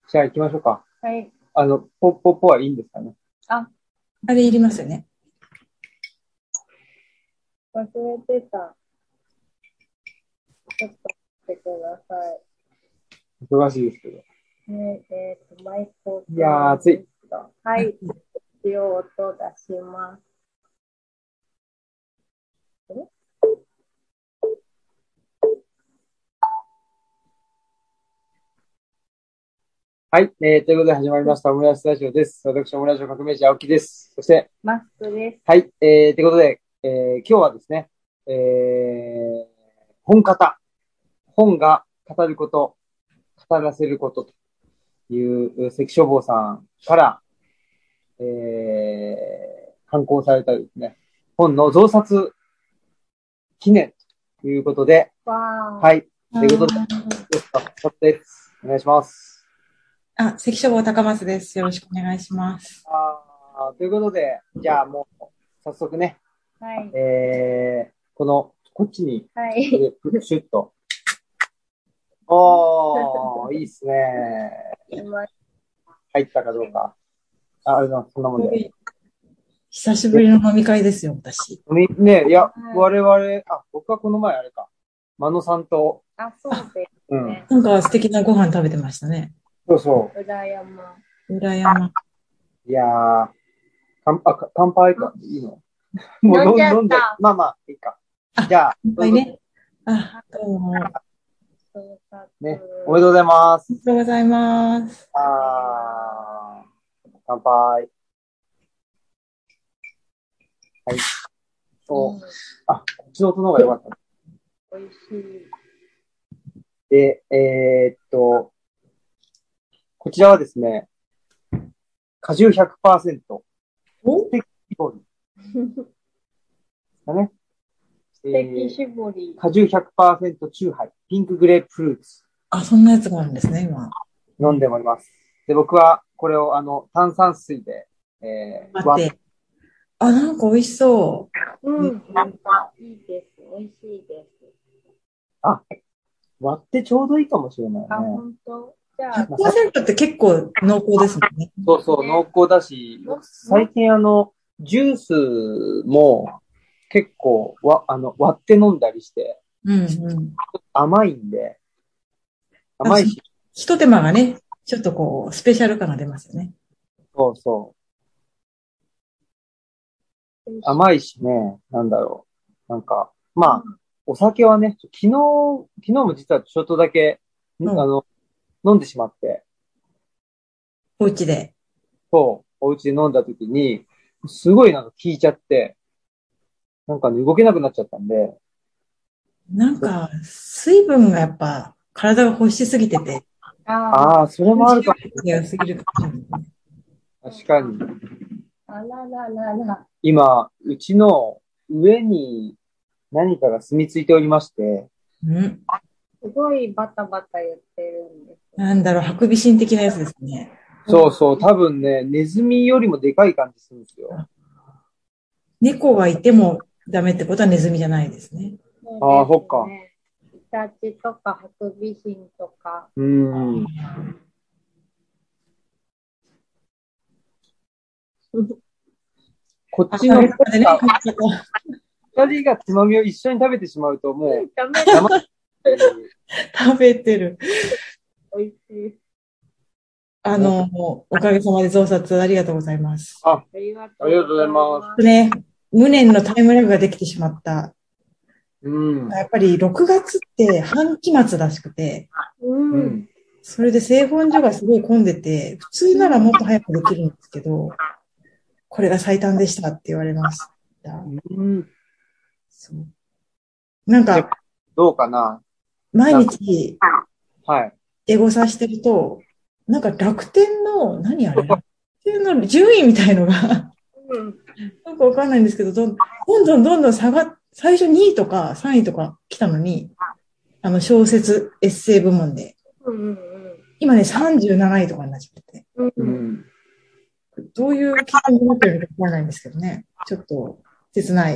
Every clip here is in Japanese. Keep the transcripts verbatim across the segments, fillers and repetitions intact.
じゃあ行きましょうか。 はい。 あの、ポッポッポはいいんですかね。 あ、 あれいりますよね。 忘れてた。ちょっと待ってください。 忙しいですけど。 ねえーと、マイクを。 いやー、暑い。 はい。一応音出します。 はい。えー、ということで始まりました、オムライスラジオです。私、オムライスの革命児、青木です。そして、 マスクです。 はい。えー、ということで、えー、今日はですね、えー、本型。本が語ること、語らせることという関書房さんから、えー、刊行されたですね、本の増刷記念ということで、 わー。 はい。ということで、増刷です。お願いします。 あ、関書房高松です。よろしくお願いします。 あーということで、じゃあもう、早速ね、 はい。 えー、この、こっちに、 はい。 シュッと。おー、いいっすね。 今、 入ったかどうか。あ、あれだ、そんなもんで。 久しぶりの飲み会ですよ、私。 みね、いや、我々、あ、僕はこの前あれか。真野さんと、 あ、そうですね。 なんか素敵なご飯食べてましたね。 そうそ裏山。 裏山。 う。いやー、乾あか乾杯か。いいのもう飲んじゃった飲んじゃった。まあまあ、いいか。じゃあ、 いっぱいね。あ、どうも。 そうか。 ね、おめでとうございます。 ありがとうございます。 あー、乾杯。はい。そう。あ、こっちの音の方が良かった。 美味しい。 で、えーっと、こちらはですね、果汁 ひゃくパーセント。 おステキ絞り。だね。 ステキ絞り。 果汁 ひゃくパーセント チューハイ。ピンクグレープフルーツ。 あ、そんなやつがあるんですね、今。 飲んでおります。で、僕はこれをあの、炭酸水で、えー、 待って。あ、なんか美味しそう。 うん、なんかいいです。美味しいです。 あ、割ってちょうどいいかもしれないね。 あ、本当。じゃあ、 ひゃくパーセント って結構濃厚ですもんね。 そうそう、濃厚だし、最近あの、ジュースも結構わ、あの、割って飲んだりして、 うんうん。 甘いんで、甘いし、 ひと手間がね、ちょっとこう、スペシャル感が出ますよね。 そうそう。甘いしね、なんだろう。なんか、まあ、お酒はね、昨日、昨日も実はちょっとだけ、 うん、 あの、飲んでしまって、 お家で。 そう、お家で飲んだ時に、すごいなんか効いちゃって、なんかね、動けなくなっちゃったんで。 なんか、水分がやっぱ、体が欲しすぎてて。 ああ、それもあるかも。 強すぎるかもしれないね。 確かに。 あらららら。 今、うちの上に何かが住み着いておりまして。 うん。 すごいバタバタ言ってるんです。 なんだろう、ハクビシン的なやつですね。 そうそう、多分ね、ネズミよりもでかい感じするんですよ。 猫がいてもダメってことはネズミじゃないですね。 ああ、そっか。 イタチとかハクビシンとか。 うん。こっちの二人がつまみを一緒に食べてしまうともう、 ダメだ。 食べてる。 美味しい。 あの、おかげさまで増刷ありがとうございます。 あ、ありがとうございます。 ね、無念のタイムラグができてしまった。 うん。 やっぱりろくがつって半期末らしくて、 うん。 それで製本所がすごい混んでて、普通ならもっと早くできるんですけど、これが最短でしたって言われました。 うん。 そうなんか、 どうかな毎日、 はい。 エゴサしてると、なんか楽天の、何あれ楽天の順位みたいのが、 うん、 なんかわかんないんですけど、どんどんどんどんどん下がっ、最初にいとかさんいとか来たのに、あの小説、エッセイ部門で。 うんうん、 今ね、さんじゅうなないとかになっちゃってて。 うんうん、 どういう基準になってるのかわからないんですけどね。ちょっと、切ない。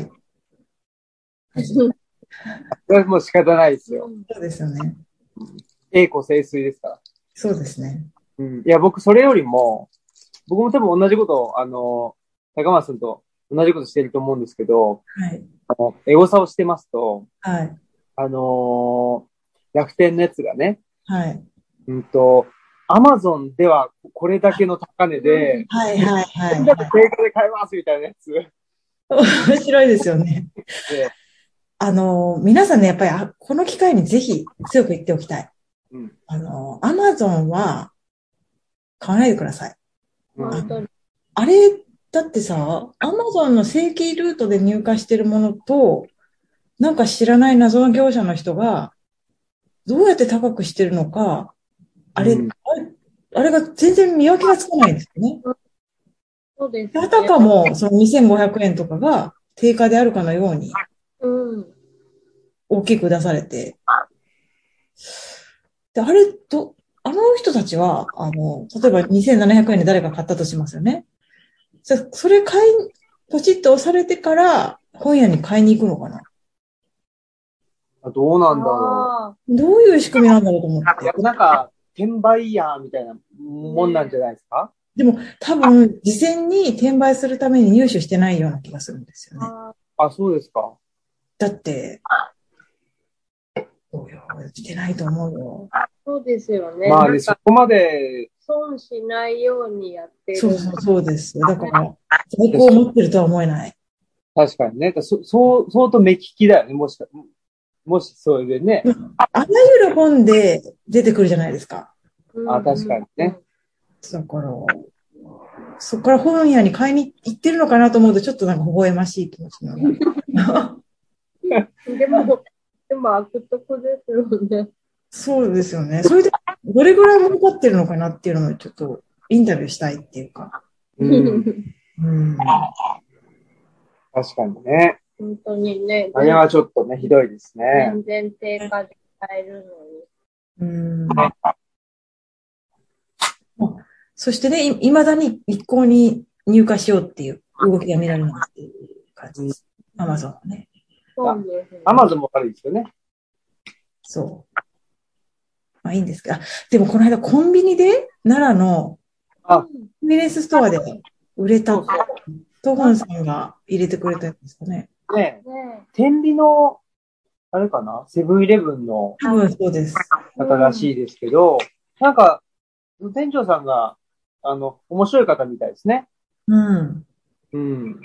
これはもう仕方ないですよ。 そうですよね。 栄枯盛衰ですから。 そうですね。 うん。いや、僕、それよりも、僕も多分同じことを、あの、高松さんと同じことしてると思うんですけど、 はい。 あの、エゴサをしてますと、 はい。 あのー楽天のやつがね、 はい。 うんと、アマゾンではこれだけの高値で、 はい。はい。はい。 これだけ定価で買えますみたいなやつ面白いですよね。 で、 あの、皆さんね、やっぱり、あ、この機会にぜひ強く言っておきたい。 うん、 あの、アマゾンは買わないでください。 うん、 あの、あれ、だってさ、アマゾンの正規ルートで入荷してるものと、なんか知らない謎の業者の人が、どうやって高くしてるのか、あれ、 うん、 あれ、あれが全然見分けがつかないんですよね。 そうですね。 あたかも、そのにせんごひゃくえんとかが定価であるかのようにうん。 大きく出されて、で、あれ、ど、あの人たちは、あの、例えばにせんななひゃくえんで誰か買ったとしますよね。そそれ買い、ポチッと押されてから本屋に買いに行くのかな。 どうなんだろああ、 どういう仕組みなんだろうと思っう。いや、 て。 なんか、転売ヤーみたいなもんなんじゃないですか？ でも多分、事前に転売するために入手してないような気がするんですよね。 ああ、そうですか。 だって、そうよ、してないと思うよ。 あ、そうですよね。 まあね、 なんか、 そこまで、 損しないようにやってる。 そうそうそうですよ。だから、在庫を持ってるとは思えない。 確かにね、そ、そう、相当目利きだよね、もしか、もしそれでね。 あらゆる本で出てくるじゃないですか。 うんあ、確かにね。 だから、そこから本屋に買いに行ってるのかなと思うと、ちょっとなんか微笑ましい気持ちになる。 でも、でも悪徳ですよね。 そうですよね。それで、どれぐらい儲かってるのかなっていうのをちょっとインタビューしたいっていうか。 うん。 うん。 確かにね。 本当にね。 あれはちょっとね、ひどいですね。 全然定価で買えるのに。 うん。そしてね、い未だに一向に入荷しようっていう動きが見られないっていう感じです。アマゾンはね。 そうですね。 アマゾンも悪いですよね。 そう。まあいいんですが。でもこの間コンビニで奈良のあ、 コンビニエンスストアで売れたトホンさんが入れてくれたやつですかね。 ねえ、 ね天理の、あれかなセブンイレブンの多分そうです。 方らしいですけど、なんか、店長さんが、あの、面白い方みたいですね。 うん。 うん。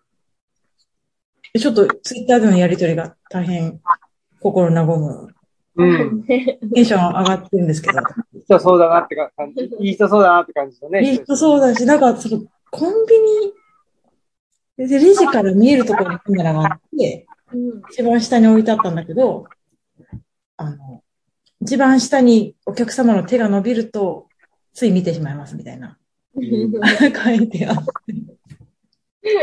ちょっとツイッターでのやりとりが大変心和む。 うん。 ねテンション上がってるんですけど。 いい人そうだなって感じ。いい人そうだなって感じのね。 いい人そうだし、なんかそのコンビニでレジから見えるところにカメラがあって、 うん一番下に置いてあったんだけど、あの、一番下にお客様の手が伸びると、つい見てしまいますみたいな。書いてあって。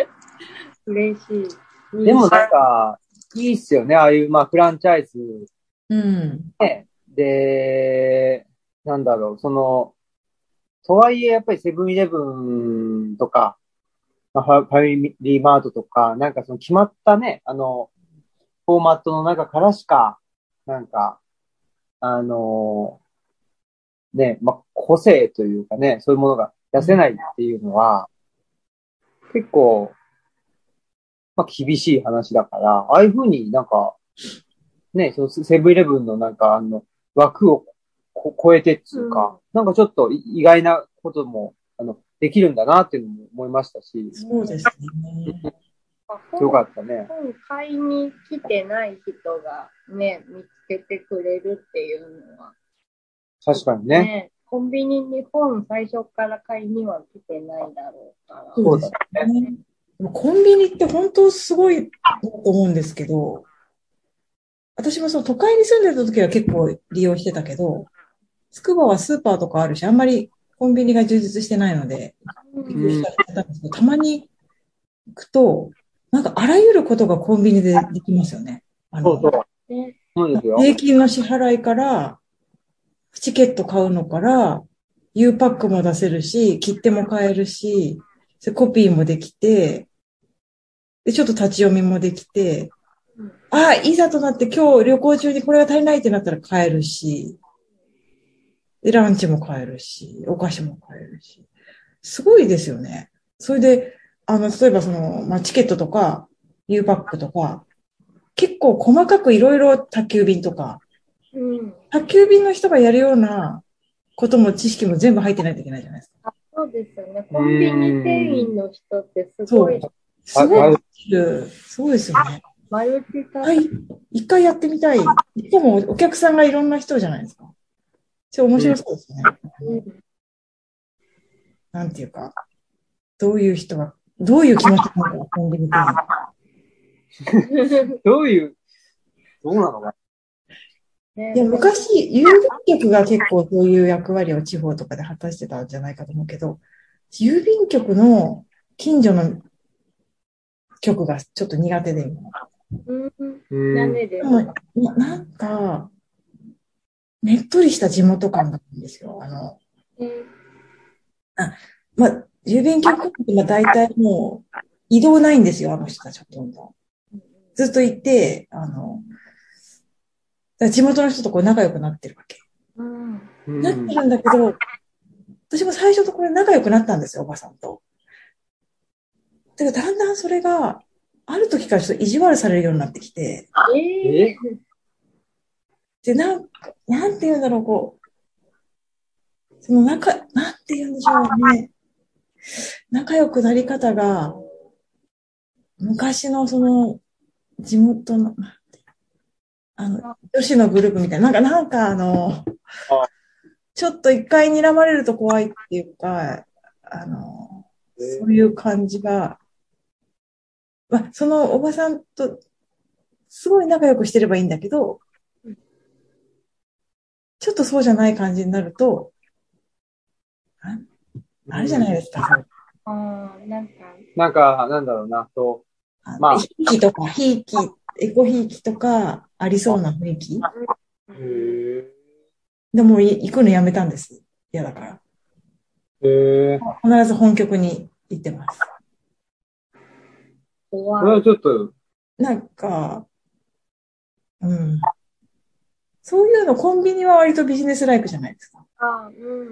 嬉しい。 でもなんか、いいっすよね。ああいう、まあ、フランチャイズ。 うん。 ね。で、なんだろう、その、とはいえ、やっぱりセブンイレブンとか、まあ、ファファミリーマートとか、なんかその決まったね、あの、フォーマットの中からしか、なんか、あのね、まあ、個性というかね、そういうものが出せないっていうのは、結構、まあ、厳しい話だから、ああいうふうになんか、ね、そのセブンイレブンのなんかあの、枠をこ超えてっていうか、なんかちょっと意外なことも、あの、できるんだなっていうのも思いましたし、 そうですね。 よかったね。 本買いに来てない人がね、見つけてくれるっていうのは。 確かにね。 ね、コンビニに本最初から買いには来てないだろうから。 そうですね。でもコンビニって本当すごいと思うんですけど、私もその都会に住んでた時は結構利用してたけど、つくばはスーパーとかあるし、あんまりコンビニが充実してないので、 うん利用されてたんですけど、たまに行くと、なんかあらゆることがコンビニでできますよね。あの、 そうそう。 ね、 そうですよ。 税金の支払いから、チケット買うのから、U パックも出せるし、切手も買えるし、コピーもできて、で、ちょっと立ち読みもできて、 うんああ、いざとなって今日旅行中にこれが足りないってなったら買えるし、 で、ランチも買えるし、お菓子も買えるし。すごいですよね。それで、あの、例えばその、まあ、チケットとか、U パックとか、結構細かくいろいろ宅急便とか、 うん。 宅急便の人がやるようなことも知識も全部入ってないといけないじゃないですか。 あ、そうですよね。コンビニ店員の人ってすそう。 ごい、 すごいあ、 そうですよね。 マルチタはい。一回やってみたい。しかもお客さんがいろんな人じゃないですか。それ面白そうですね。 うん。 なんていうか、どういう人が、どういう気持ちなのか、コンビニ店員。 どういう、どうなのか。 ね、 いや、昔、郵便局が結構そういう役割を地方とかで果たしてたんじゃないかと思うけど、郵便局の近所の局がちょっと苦手で、今。 うん。 うんなんでですなか？ なんか、ねっとりした地元感があるんですよ。あの、 えあ、まあ、郵便局ってまあ大体もう移動ないんですよ、あの人たちほとんど。ずっといて、あの、だから地元の人とこう仲良くなってるわけ。 うん。 うんなってるんだけど、私も最初とこれ仲良くなったんですよ、おばさんと。だけどだんだんそれが、ある時からちょっと意地悪されるようになってきて、 ええで、なんか、なんて言うんだろう、こう、その仲、なんて言うんでしょうね。仲良くなり方が、昔のその、地元の、あの、女子のグループみたいな、なんか、なんかあの、 あ、 ちょっと一回睨まれると怖いっていうか、あの、そういう感じが、まあ、そのおばさんとすごい仲良くしてればいいんだけど、ちょっとそうじゃない感じになると、ああるじゃないですか。そうああ、なんか、 なんか、なんだろうな、と、 あまあ、 ひいきとか、ひいき、エコひいきとか、ありそうな雰囲気へえ、 でもうい行くのやめたんです。嫌だから。 へえ、 必ず本局に行ってます。 これ怖い。 はちょっと、 なんか、うん。そういうの、コンビニは割とビジネスライクじゃないですか。 あ、うん、うん、うん。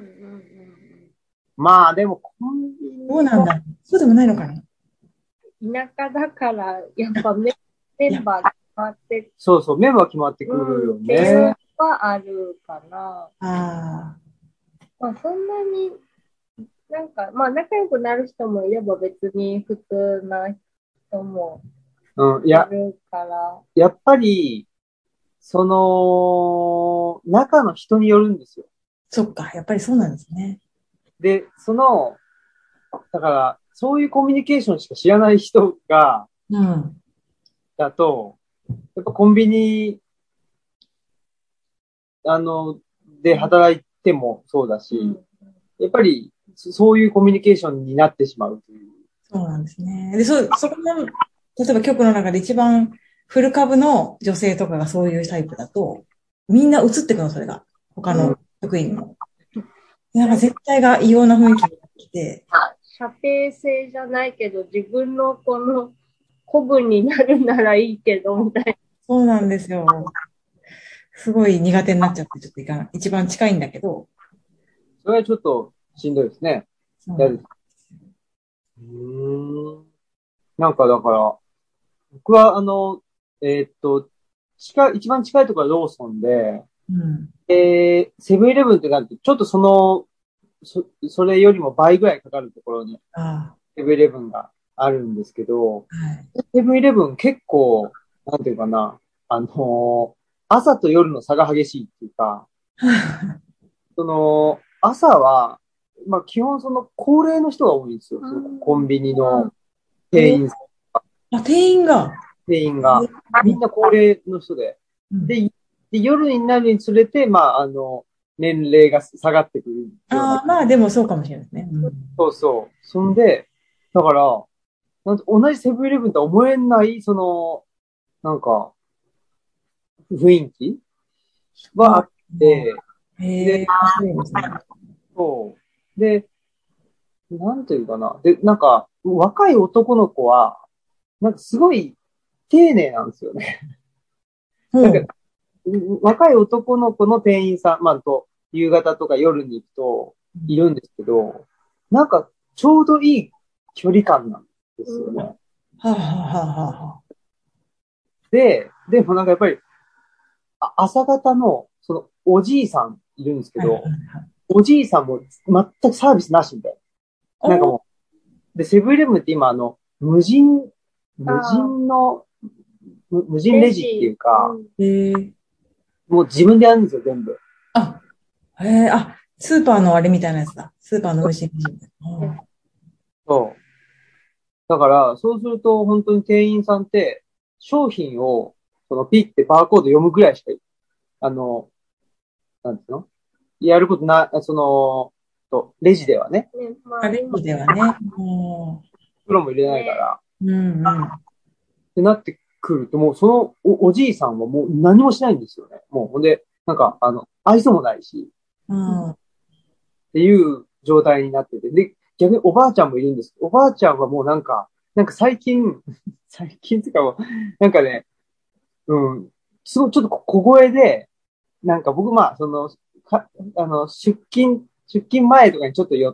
まあでも、コンビニは、 どうなんだ。そうでもないのかな。 田舎だから、やっぱメメいや、 ンバーが決まってそうそう、メンバー決まってくるようん、っていうのね。 はあるかな。 あまあ、そんなに、なんか、まあ、仲良くなる人もいれば別に普通な人もうん、いいや、 るから。 やっぱり、その、中の人によるんですよ。 そっか。やっぱりそうなんですね。 で、その、だから、そういうコミュニケーションしか知らない人が、 うん。 だと、やっぱコンビニ、あの、で働いてもそうだし、 うん。 やっぱり、そそういうコミュニケーションになってしまうという。 そうなんですね。で、そ、そこの、例えば局の中で一番フル株の女性とかがそういうタイプだと、みんな映ってくの、それが。他の職員も。なんか絶対が異様な雰囲気になってきて、 射程制じゃないけど、自分のこの古文になるならいいけど、みたいな。 そうなんですよ。すごい苦手になっちゃって、ちょっといかない。一番近いんだけど、 それはちょっとしんどいですね。 そうなんで嫌です。うーん。なんかだから、僕はあの、えーっと、近い、一番近いところはローソンで、 す。うん。 えー、セブンイレブンってなると、ちょっとその、そ、それよりも倍ぐらいかかるところに、 あセブンイレブンがあるんですけど、 あ、はい。 セブンイレブン結構、なんていうかな、あのー朝と夜の差が激しいっていうか、その、朝は、まあ基本その高齢の人が多いんですよ。そのコンビニの店員さん、 あ、店員が。 店員が。みんな高齢の人で。 うんで、で夜になるにつれて、まあ、あの、年齢が下がってくるような。 ああ、まあでもそうかもしれないですね。うん、 そうそう。そんで、だから、なんと同じセブンイレブンとは思えない、その、なんか、雰囲気はあって、で、 へえ、そうですね。 そう。で、なんていうかな。で、なんか、若い男の子は、なんかすごい丁寧なんですよね。 うん。 なんか、若い男の子の店員さん、まあ、と、 夕方とか夜に行くといるんですけど、なんかちょうどいい距離感なんですよね。 はあ、はあはあはあ、 で、でもなんかやっぱり、あ朝方の、その、おじいさんいるんですけど、おじいさんも全くサービスなしみたいな。なんかもう、で、セブンイレブンって今あの、無人、無人の、無無人レジっていうか、 へー、 もう自分でやるんですよ、全部。 あ、へえ、あ、スーパーのあれみたいなやつだ。スーパーの無人レジ。 そう。だから、そうすると本当に店員さんって、商品を、そのピッてバーコード読むぐらいしか、あの、なんていうのやることな、その、と、レジではね。 ね、まあ、 あ、 レ今ジではね。うんプロも入れないから。 うんうん。 ってなってくると、もうそのお、おじいさんはもう何もしないんですよね。もう、ほんで、なんか、あの、愛想もないし、 うんっていう状態になってて。で、逆におばあちゃんもいるんです。おばあちゃんはもうなんか、なんか最近、最近っていうかもう、なんかね、うん、すごいちょっと小声で、なんか僕、まあ、その、か、あの、出勤、出勤前とかにちょっと寄って、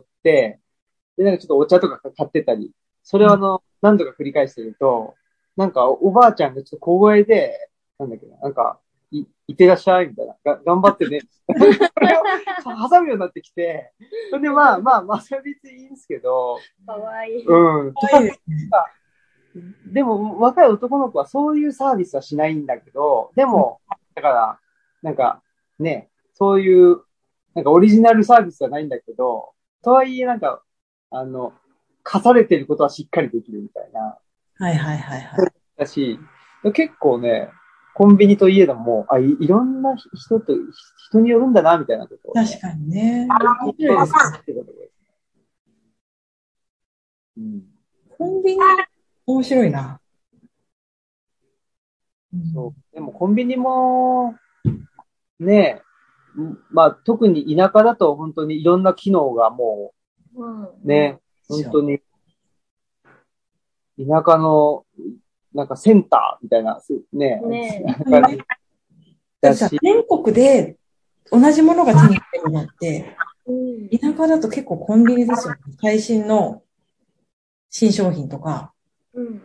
で、なんかちょっとお茶とか買ってたり、それをあの、何度か繰り返してると、なんかおばあちゃんがちょっと小声で、なんだっけな、なんか、い、いってらっしゃい、みたいな。が、頑張ってね。これを挟むようになってきて、それでまあまあまあ、それは別にいいんですけど、 かわいい。 うん。とかかわいいですね。 でも、若い男の子はそういうサービスはしないんだけど、でも、だから、なんか、ね、そういう、なんかオリジナルサービスはないんだけど、とはいえなんか、あの、課されてることはしっかりできるみたいな。 はいはいはいはい。 だし、結構ね、コンビニといえども、あ、い、いろんな人と、人によるんだな、みたいなことをね。 確かにね。面白いですね。 うん、 コンビニ、面白いな。うんそう。でもコンビニも、ね、まあ特に田舎だと本当にいろんな機能がもうん。 うね、本当に田舎のなんかセンターみたいな、ね、 ねだ感じだってさ、 し、 全国で同じものが手に入るのって、 うん。 田舎だと結構コンビニですよね。最新の新商品とか。 うんうん。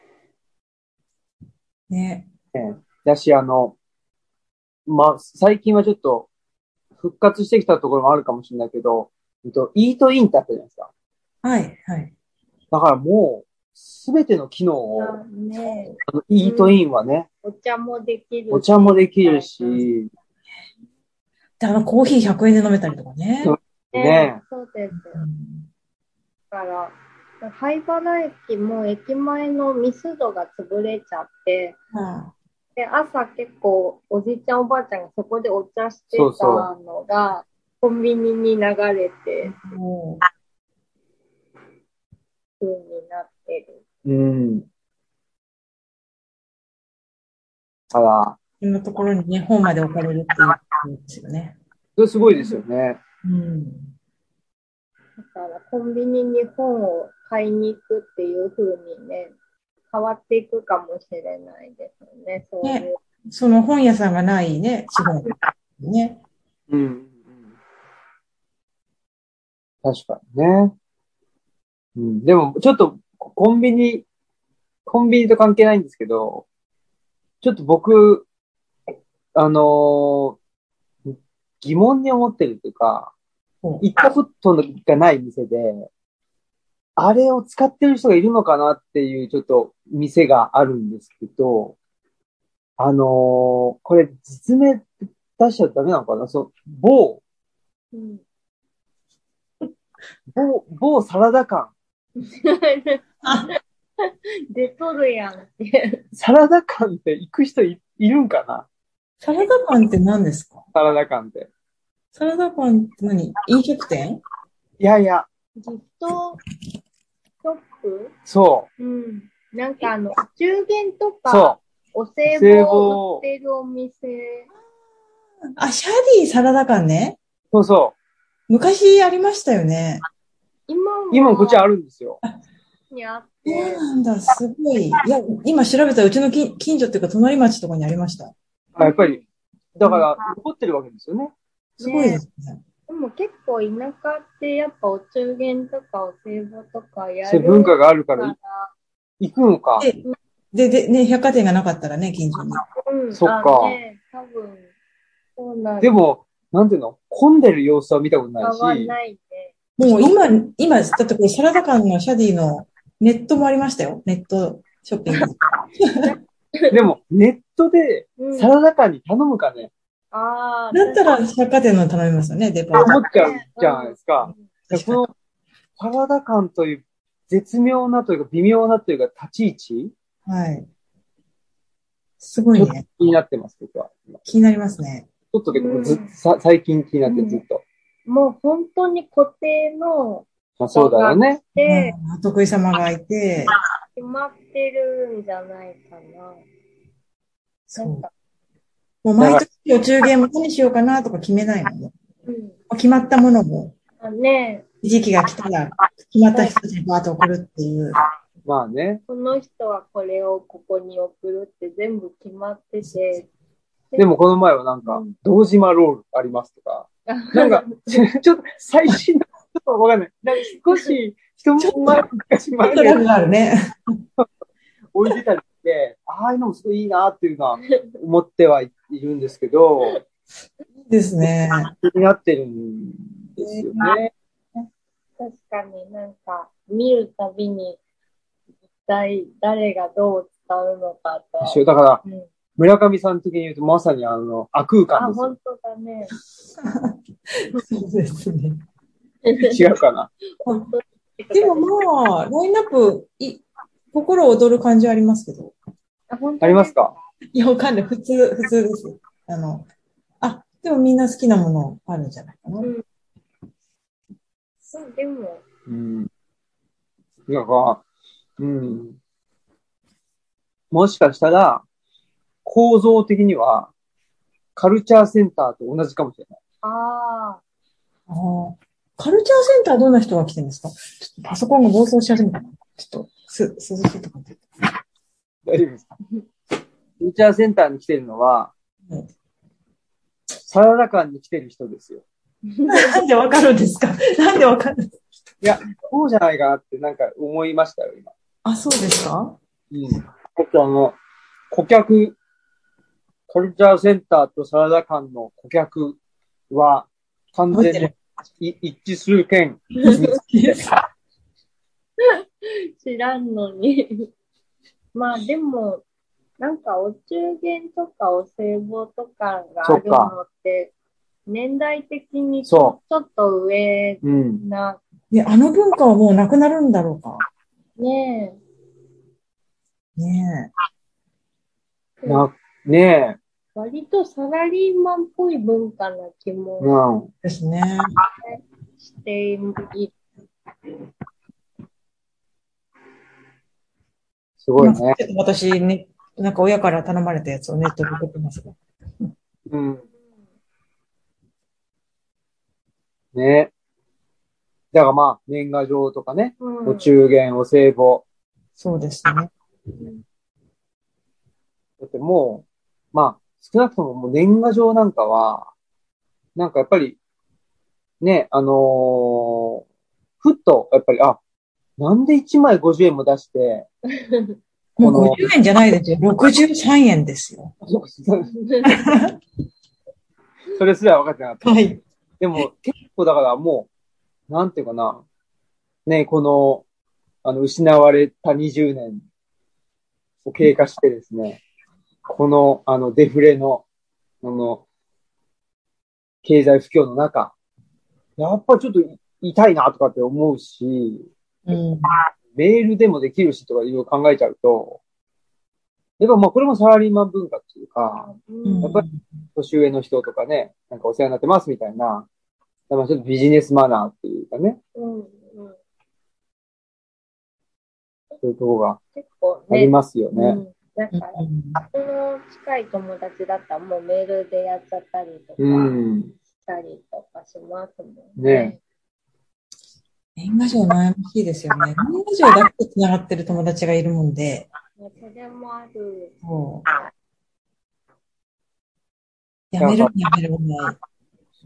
ね。 ねだし、あの、まあ最近はちょっと復活してきたところもあるかもしれないけど、えっと、イートインってあったじゃないですか。 はい、はい。 だからもう、すべての機能を、 あ、ねあのイートインはね、 お茶もできるし。 お茶もできるし、 で、あの、コーヒーひゃくえんで飲めたりとかね。 ねね。 そうです。 うんだから、灰原駅も駅前のミスドが潰れちゃって、 あで、朝結構おじいちゃんおばあちゃんがそこでお茶してそうたそのが、コンビニに流れて、 あ、も風になってる。 う。うん。ただ、 う、いろんなところにね、本まで置かれるっていうことですよね。 それすごいですよね。 うん。 だからコンビニに本を買いに行くっていう風にね、変わっていくかもしれないですよね、そういう。 ね、その本屋さんがないね、地方ね。 うん。確かにね。うん。でも、ちょっと、コンビニ、コンビニと関係ないんですけど、ちょっと僕、あのー疑問に思ってるっていうか、 ほう行ったことがない店で、あれを使ってる人がいるのかなっていうちょっと店があるんですけど、あのーこれ実名出しちゃダメなのかなそう、某、 うん某、某サラダ館。 出とるやんって。 サラダ館って行く人い、いるんかなサラダパンって何ですか？ サラダ館って。 サラダパンって何？飲食店？ いやいや、 ギフトショップそうん。なんかあの、お中元とう、 か、 そお歳お歳暮暮を売ってるお店。 あ、シャディサラダパンね。 う、そうそ昔ありましたよね。 今も、 う。今もこっちあるんですよ。 にあっそうて、 なんだ、すごい。いや、今調べたらうちの近近所っていうか隣町とかにありました。 あやっぱり、だから、残ってるわけですよね。 すごいですね。 でも結構田舎ってやっぱお中元とかお歳暮とかやるそういう文化があるかから、 ら行くのか。 で、で、で、ね、百貨店がなかったらね、近所に。 うん、 そっかあね、多分、そうなんでも、なんていうの混んでる様子は見たことないはし、 ないね。 もう今、今、だってこれサラダ館のシャディのネットもありましたよ。ネットショッピング。 でも、ネットでうんサラダ館に頼むかね、 ああ、 だったら百貨店の頼みますよね、デパート。 思っちゃうじゃないですか。 確かに。 このサラダ館という絶妙なというか微妙なというか立ち位置、 はい。すごちょっといね。 気になってます、僕は。 気になりますね。 ちょっと結構ずっうんさ最近気になってずっと。 もう本当に固定のまあそうだろうね。 でうんお得意様がいて、 決まってるんじゃないかな。 そう。 なんか、 もう毎年お中元も何しようかなとか決めないのも。 うん。 決まったものも、 あね時期が来たら、決まった人たちにバーッと送るっていう。 まあね。 この人はこれをここに送るって全部決まってて。 でもこの前はなんかうん、 堂島ロールありますとか、なんか、ちょっと最新の、ちょっとわかんない。なんか少し、一前昔前トラブにがあるね。 置いてたりして、ああいうのもすごいいいなっていうのは思ってはいるんですけど、 いいですね。 気になってるんですよね。 確かになんか見るたびに一体誰がどう使うのかと。 一緒だから、 うん、 村上さん的に言うとまさにあの、悪空間あ、 ですよ。 本当だね。 そうですね。 違うかな。 本当でもまあ、ラインナップ、い、心躍る感じはありますけど。 あ、本当ありますか？ いや、わかんない。普通、普通です。あの、あ、でもみんな好きなものあるんじゃないかな。 うん。そう、でも、 うん。だから、うん。もしかしたら、構造的には、カルチャーセンターと同じかもしれない。 ああーカルチャーセンターどんな人が来てるんですか？ちょっとパソコンが暴走し始めたな。ちょっと、す、涼しいとかって。 大丈夫ですか？カルチャーセンターに来てるのは、 うんサラダ館に来てる人ですよ。 なんでわかるんですか？なんでわかるんですか？ いや、そうじゃないかなってなんか思いましたよ、今。 あ、そうですか？ うん。ちょっとあの、顧客、カルチャーセンターとサラダ館の顧客は完全にい一致する件。 知らんのに。まあでも、なんかお中元とかお歳暮とかがあるのって、年代的にちょそちょっと上うん。 な、 で、あの文化はもうなくなるんだろうか。 ねねえ。 な、ね割とサラリーマンっぽい文化な気え。 もうん。 え。ですね。 している。 すごいね。 私ね、なんか親から頼まれたやつをネットで送ってますが。 うん。ね。だからまあ、年賀状とかね、 うんお中元、お歳暮。 そうですね。 だってもう、まあ、少なくとももう年賀状なんかは、なんかやっぱり、ね、あのーふっと、やっぱり、あ、なんでいちまいごじゅうえんも出して、 もうこのごじゅうえんじゃないですよ。ろくじゅうさんえんですよ。 それすら分かってなかった。 はい。 でも、結構だからもう、なんていうかな、ね、この、あの、失われたにじゅうねんを経過してですね、この、あの、デフレの、あの、経済不況の中、やっぱちょっと痛いなとかって思うし、 うん。 メールでもできるしとかいろいろ考えちゃうと、やっぱまあこれもサラリーマン文化っていうか、 うんやっぱり年上の人とかね、なんかお世話になってますみたいな、まあちょっとビジネスマナーっていうかね、 うんうんそういうところが結構ありね、 ますよね。 うん、だから、その近い友達だったらもうメールでやっちゃったりとかうん。 したりとかしますもんねね。 年賀状悩ましいですよね。年賀状だけで繋がってる友達がいるもんで、 ねそれもある。 そう。やめるやめるもない。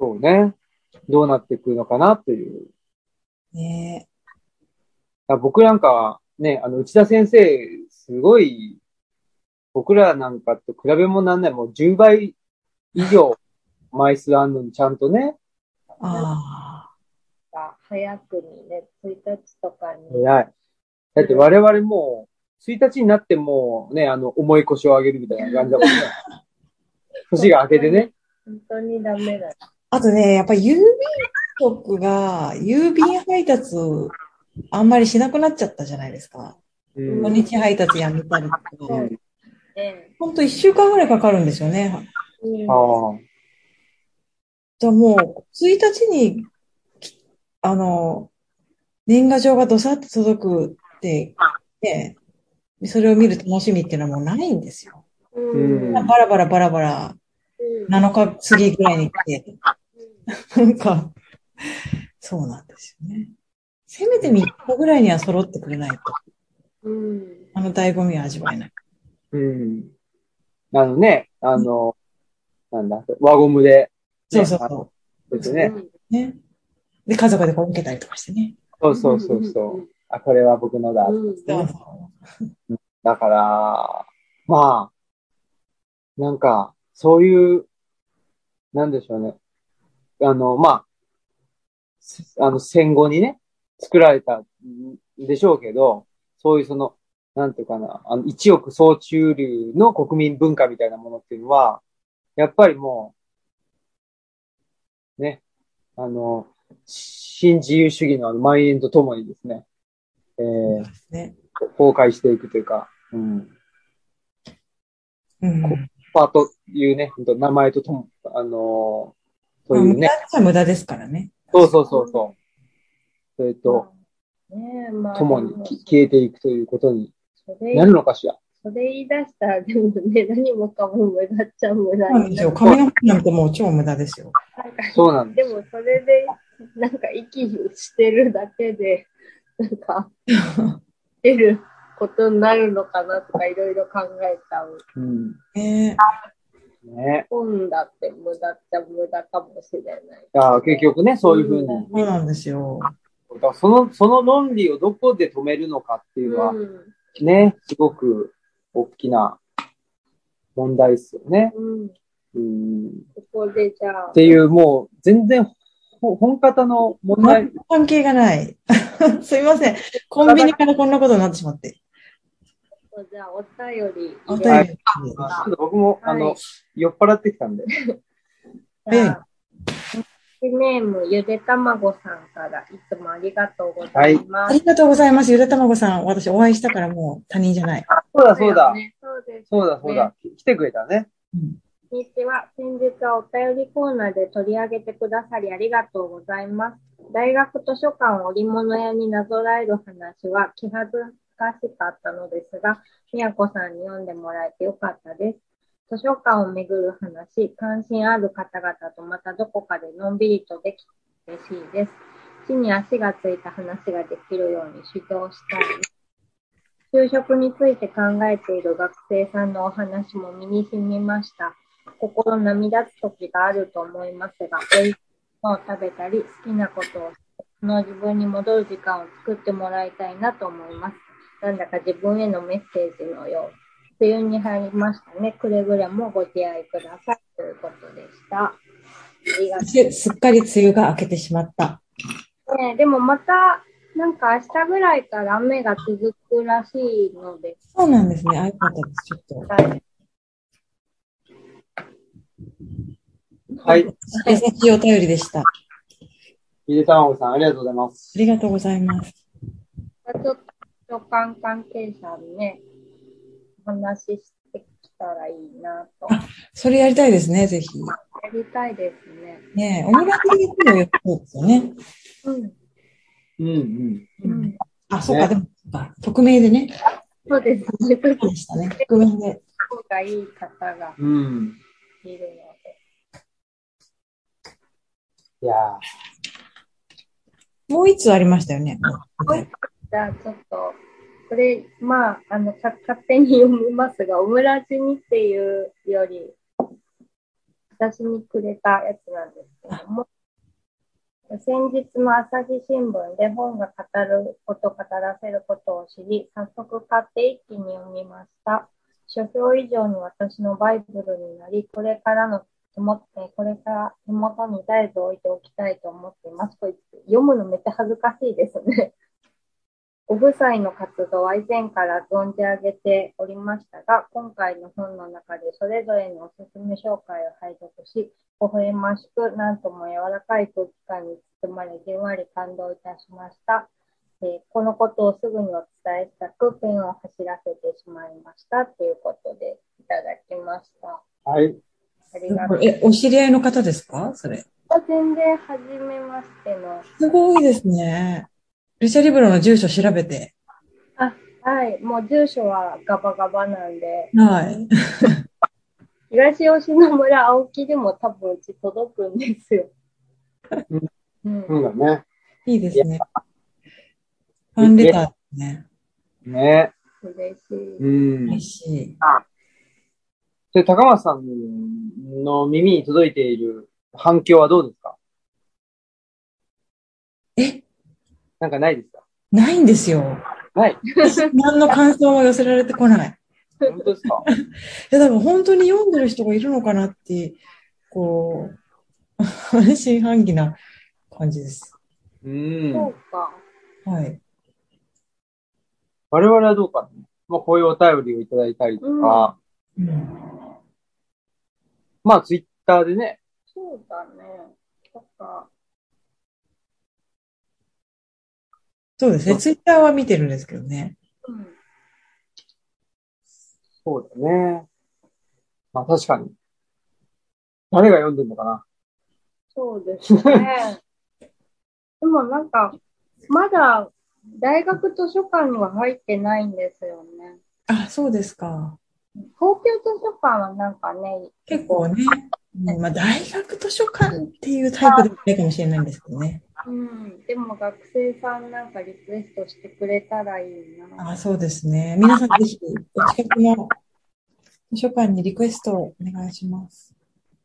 そうね。どうなっていくのかなという。 ね僕なんかはね、あの、内田先生、すごい、僕らなんかと比べもなんない、もうじゅうばい以上枚数あんのにちゃんとね。 ああ。早くにね、ついたちとかに。 早い。だって我々もう、ついたちになってもね、あの、重い腰を上げるみたいな感じだもんね。年が明けてね。 本当にダメだ。 あとね、やっぱ郵便局が、郵便配達、あんまりしなくなっちゃったじゃないですか。 うん。 土日配達やめたりとか。 そうね。 ほんといっしゅうかんぐらいかかるんですよね。 うん。 ああ。 じゃあもう、ついたちに、きあの、年賀状がどさっと届くって、ね、それを見る楽しみっていうのはもうないんですよ。 うん。 うんバラバラバラバラ、なのか過ぎぐらいに来て、なんか、そうなんですよね。せめてみっかぐらいには揃ってくれないと、 うん。 あの醍醐味は味わえない。 うん。あのね、あの、なんだ、輪ゴムで、ね、あそうそうそそうですね。 う。ね。で、家族でこう受けたりとかしてね。 そうそうそうそう。あ、これは僕のだ。 うん。 そうね。 そだから、まあ、なんか、そういう、なんでしょうね。あの、まあ、せあの、戦後にね、作られたんでしょうけど、そういうその、なんていうかな、あの、一億総中流の国民文化みたいなものっていうのは、やっぱりもう、ね、あの、新自由主義のあの蔓延とともにですね、えー、 うですね。 崩壊していくというか、うん。 うん。 パーというね、ほんと名前ととも、あのーそうまあ、 いうね、 無駄っちゃ無駄ですからね。 そうそうそうそう。それと、 ねえ、まあともにでも、 き消えていくということにそれなるのかしら。 それ言い出したら、でもね、何もかも無駄っちゃ無駄そうなんですよ。 になる。 紙の本なんてもう超無駄ですよ。 なんかそうなんで。 ですもそれで、なんか息してるだけで、なんか、出ることになるのかなとかいろいろ考えちゃう。 うん。 ねね。 本だって無駄っちゃ無駄かもしれない。 いや、結局ね、そういうふうに、 うんそうなんですよ。 だからその、その論理をどこで止めるのかっていうのは、 うん。 ね、すごく大きな問題ですよね。 うん。 うん。 ここでじゃあ。 っていう、もう、全然、ほ本方の問題。 全く関係がない。すいません。コンビニからこんなことになってしまって。 じゃあ、お便りお入れ便り。 あちょっと僕も、あの、 はい酔っ払ってきたんで。 早い。 ネーム、ゆでたまごさんからいつもありがとうございます。 ありがとうございます。ゆでたまごさん。私お会いしたからもう他人じゃない。 そうだ、そうだ。 そうです。 そうだ、そうだ。来てくれたね。 うんこんにちは。先日はお便りコーナーで取り上げてくださりありがとうございます。大学図書館織物屋になぞらえる話は気恥ずかしかったのですが、みやこさんに読んでもらえてよかったです。図書館をめぐる話、関心ある方々とまたどこかでのんびりとできて嬉しいです。地に足がついた話ができるように修行したい。就職について考えている学生さんのお話も身に染みました。心涙つ時があると思いますが、美味しいものを食べたり、好きなことをして、その自分に戻る時間を作ってもらいたいなと思います。なんだか自分へのメッセージのよう。梅雨に入りましたね。くれぐれもご自愛ください。ということでした。ありがとう。 すっかり梅雨が明けてしまった。 ね、でもまた、なんか明日ぐらいから雨が続くらしいので。 そうなんですね。あ、よかったです。ちょっと。 はいはい。 優しいお便りでした。あゆでたまごさん、ありがとうございます。 りがとうございます。 ちょっと、書館関係者にね、お話ししてきたらいいなと。 それやりたいですね、ぜひ。 やりたいですね。 ねえ、オムライスで行くのよそうですよね。 うん。 うんうん。 うん。 あ、そうか、でも、匿名でね。 そうですね。 そうでしたね。匿名で。 方がいい方がうん。 いるので。 いやもう一つありましたよね。 じゃあちょっと、これ、まあ、あの、か勝手に読みますが、オムラジにっていうより、 私にくれたやつなんですけども、先日の朝日新聞で本が語ること、語らせることを知り、早速買って一気に読みました。書評以上に私のバイブルになり、これからの手元、これから手元に絶えず置いておきたいと思っています。と言って読むのめっちゃ恥ずかしいですね。ご夫妻の活動は以前から存じ上げておりましたが、今回の本の中でそれぞれのおすすめ紹介を拝読し、微笑ましく、なんとも柔らかい空気感に包まれ、じんわり感動いたしました。えー、このことをすぐにお伝えしたく、ペンを走らせてしまいました。ということで、いただきました。 はい。 ありがとう。 え、お知り合いの方ですかそれ。 全然、はじめましての。 すごいですね。ルチャリブロの住所調べて。 あ、はい。もう住所はガバガバなんで。 はい。 東吉野村青木でも多分うち届くんですよ。 うん。そうだね。 いいですね。ファンレターですね。 ね。 嬉しい。 うん。 嬉しい。 で、高松さんの耳に届いている反響はどうですか？ えなんかないですか？ ないんですよ。 ない。 何の感想も寄せられてこない。 本当ですか？ いや、だから本当に読んでる人がいるのかなって、こう、半信半疑な感じです。 うん。 そうか。 はい。 我々はどうかな？まあ、こういうお便りをいただいたりとか、 うん、 まあ、ツイッターでね。 そうだね。とか。 そうですね。ツイッターは見てるんですけどね。 うん。 そうだね。まあ、確かに。誰が読んでんのかな？ そうですね。でもなんか、まだ大学図書館には入ってないんですよね。 あ、そうですか。 公共図書館はなんかね、 結構ね。うん、まあ、大学図書館っていうタイプでもないかもしれないんですけどね。 うん。でも学生さんなんかリクエストしてくれたらいいな。 あ、そうですね。皆さんぜひ、お近くの図書館にリクエストをお願いします。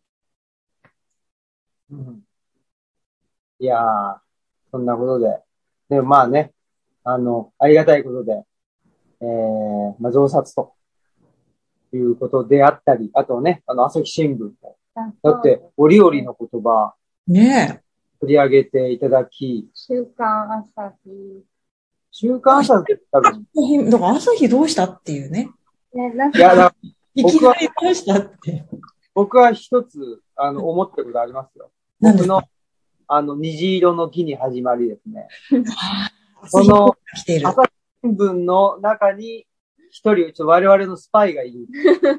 うん。いやー、そんなことで。でもまあね、あの、ありがたいことで、えー、まあ、増刷ということであったり、あとね、あの、朝日新聞も。だって、折々の言葉、 ねえ。 取り上げていただき、 週刊朝日。 週刊朝日多分。 だから朝日どうしたっていうね。 ね、なんいや、だか、 いきなりどうしたって。 僕は一つ、あの、思ったことありますよ。僕の、あの、虹色の木に始まりですね。その、朝日新聞の中に、一人、ちょ我々のスパイがいる。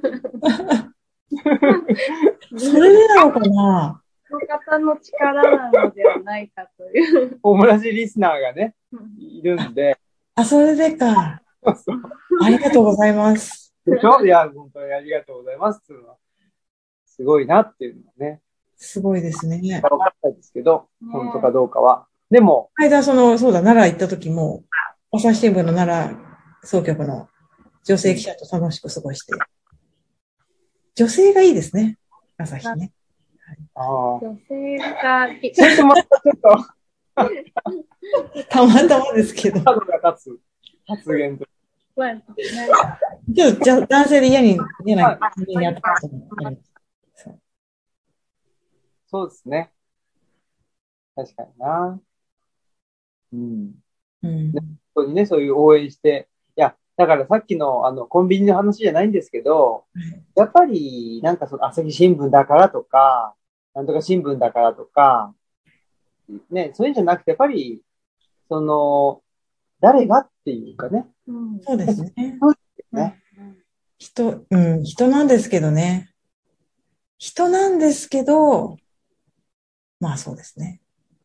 それでなのかな？ その方の力なのではないかという。 同じリスナーがね、いるんで。 あ、それでか。ありがとうございます。 でしょ？いや、本当にありがとうございますっていうのは、すごいなっていうのはね。 すごいですね。 分かったですけど、本当かどうかは。でも、 間、その、そうだ、奈良行った時も、朝日新聞の奈良総局の女性記者と楽しく過ごして。女性がいいですね。朝日ね。 ああ。 女性が、 ちょっと待って、ちょっと。たまたまですけど。 角が立つ発言と。 まあ、なんか。 ちょっと、じゃ男性で嫌に、嫌な感じにやったこともあります。そう。 そうですね。確かにな。うん。 うん。 本当にね、そういう応援して。いや、だからさっきのあの、コンビニの話じゃないんですけど、やっぱり、なんかその朝日新聞だからとか、なんとか新聞だからとか、ね、そういうんじゃなくて、やっぱり、その、誰がっていうかね。 うん、 そうですね。 そうですね。 人、うん、人なんですけどね。人なんですけど、まあそうですね。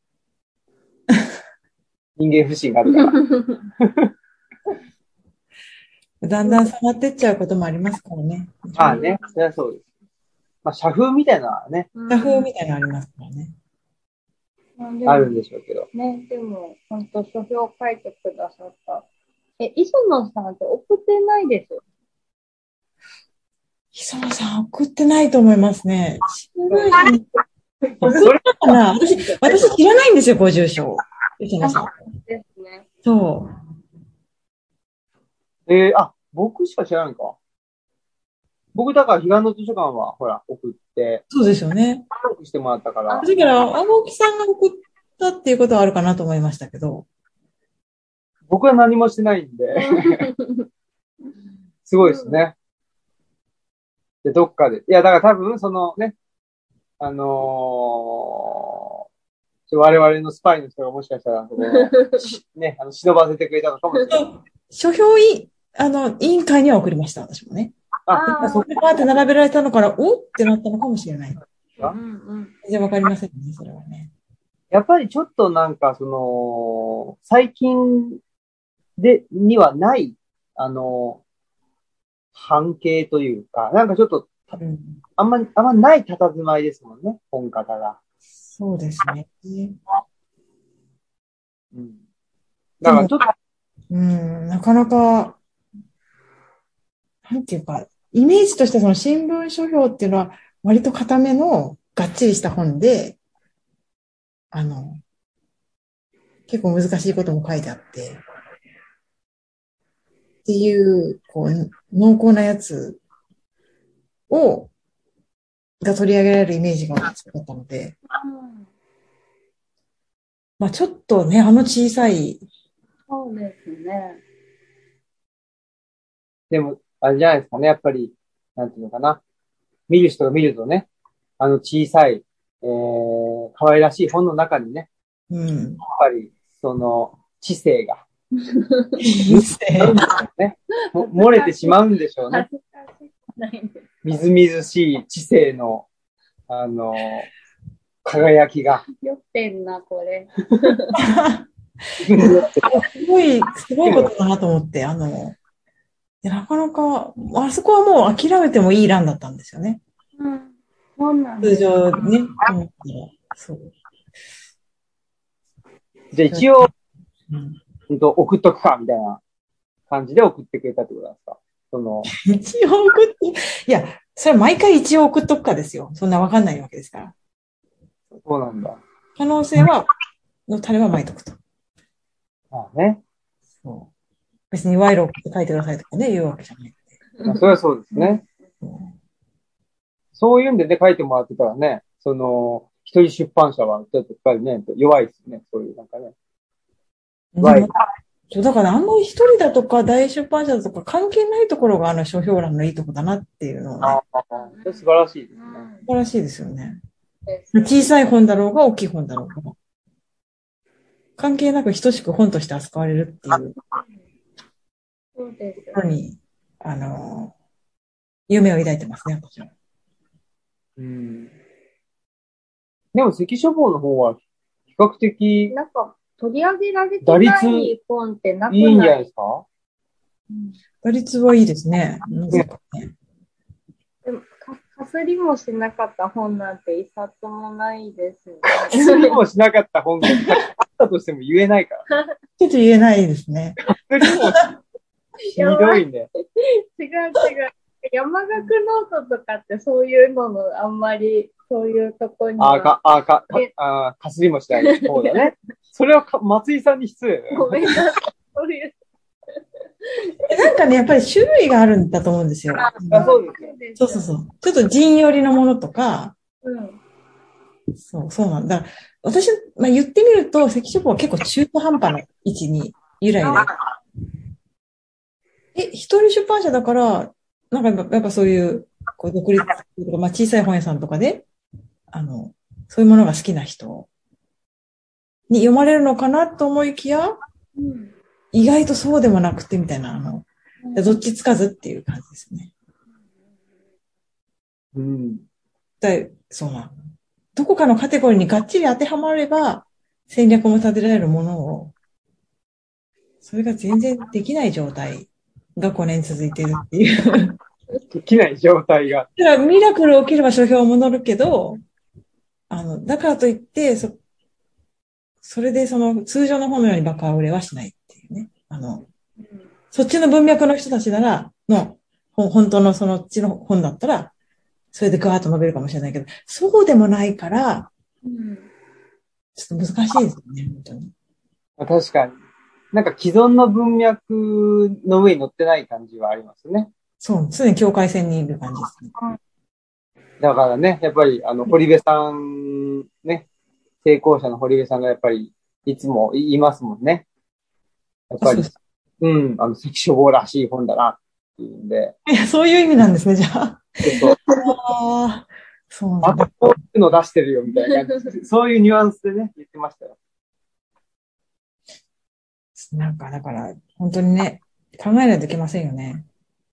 人間不信があるから。 だんだん下がってっちゃうこともありますからね。 まあね、それはそうです。まあ、社風みたいなのはね。 社風みたいなのありますからね。 あるんでしょうけど。 ね、でも、本当書評書いてくださった。え、磯野さんって送ってないですよ。 磯野さん送ってないと思いますね。知らない。送ったかな私、私知らないんですよ、ご住所。磯野さん。 ですね。 そう。 えー、あ、僕しか知らないか。僕、だから、彼岸の図書館は、ほら、送って、 そうですよね。 登録してもらったから。 だから、青木さんが送ったっていうことはあるかなと思いましたけど。 僕は何もしてないんで。すごいですね。で、どっかで。いや、だから多分、そのね、あのー、我々のスパイの人がもしかしたら、そのね、あの、忍ばせてくれたのかもしれない。 書評委、あの、委員会には送りました、私もね。あ、そこでバーって並べられたのから、おってなったのかもしれない。 うんうん。 じゃわかりませんね、それはね。 やっぱりちょっとなんか、その、最近で、にはない、あの、半径というか、なんかちょっと、うん、あんまり、あんまない佇まいですもんね、本方が。 そうですね。 うん。だからちょっと、 うん、なかなか、なんていうか、イメージとしてその新聞書評っていうのは割と固めのがっちりした本で、あの、結構難しいことも書いてあって、っていう、こう、濃厚なやつを、が取り上げられるイメージが強かったので、まあちょっとね、あの小さい。 そうですね。 でも、あれじゃないですかね、やっぱり、なんていうのかな。見る人が見るとね、あの小さい、えー、可愛らしい本の中にね、 うん、 やっぱり、その、知性が、 知性ね、漏れてしまうんでしょうね。みずみずしい知性の、あの、輝きが。 酔ってんな、これ。 すごい、すごいことだなと思って、あの、なかなか、あそこはもう諦めてもいい欄だったんですよね。 うん。そうなんです。 通常ね。そう。 じゃあ一応、うん、と送っとくか、みたいな感じで送ってくれたってことなんですか？その。 一応送って、いや、それ毎回一応送っとくかですよ。そんなわかんないわけですから。 そうなんだ。 可能性は、の種は巻いとくと。 ああね。 そう。別に賄賂って書いてくださいとかね、言うわけじゃない。 まあ、それはそうですね。うん、そういうんでね、書いてもらってたらね、その、一人出版社はちょっとやっぱりね、弱いですね。そういうなんかね。弱い。 そうだからあんまり一人だとか大出版社だとか関係ないところがあの書評欄のいいとこだなっていうのをね。ああ、素晴らしいですね。 素晴らしいですよね。小さい本だろうが大きい本だろうが。関係なく等しく本として扱われるっていう。 そうです。 ところに、あの、夢を抱いてますね、私は。 うん。でも、関書房の方は、比較的、 なんか、取り上げられてない本ってなくない？ いいんじゃないですか？ 打率はいいですね。なぜかね。 でもか、かすりもしなかった本なんて一冊もないですよね。 かすりもしなかった本があったとしても言えないから。 ちょっと言えないですね。 かすりもし、ひどいね。 違う違う。山岳ノートとかってそういうののあんまり、そういうとこには。 あか、あか、か、あかすりもしない方だね。それはか松井さんに失礼だよ。 ごめんなさい。そういう。 なんかね、やっぱり種類があるんだと思うんですよ。 あ、そうですよ。そうそうそう。ちょっと陣寄りのものとか、 うん。 そう、そうなんだ。私、まあ、言ってみると、関書房は結構中途半端な位置に由来で。え、一人出版社だから、なんかやっぱ、やっぱそういう、こう独立とか、まあ、小さい本屋さんとかで、あの、そういうものが好きな人に読まれるのかなと思いきや、うん、意外とそうでもなくてみたいな、あの、どっちつかずっていう感じですね。 うん。 だそうな。どこかのカテゴリーにがっちり当てはまれば、戦略も立てられるものを、それが全然できない状態がごねん続いてるっていう。 できない状態が。 だからミラクル起きれば書評も乗るけど、あの、だからといって、そ、それでその通常の本のようにバカ売れはしないっていうね。あの、そっちの文脈の人たちなら、のほ本当のそのっちの本だったら、それでガーッと伸びるかもしれないけど、そうでもないから、 うん。 ちょっと難しいですよね、本当に。 確かに。なんか既存の文脈の上に乗ってない感じはありますね。 そう、常に境界線にいる感じですね。 だからね、やっぱり、あの、堀部さん、ね、成功者の堀部さんがやっぱり、いつも言いますもんね。やっぱり、うん、あの、関書房らしい本だな、っていうんで。 いや、そういう意味なんですね、じゃあ。 そうそう。 ああ、そうなまんだ。 たこういうの出してるよ、みたいな感じで。そういうニュアンスでね、言ってましたよ。 なんか、だから、本当にね、考えないといけませんよね。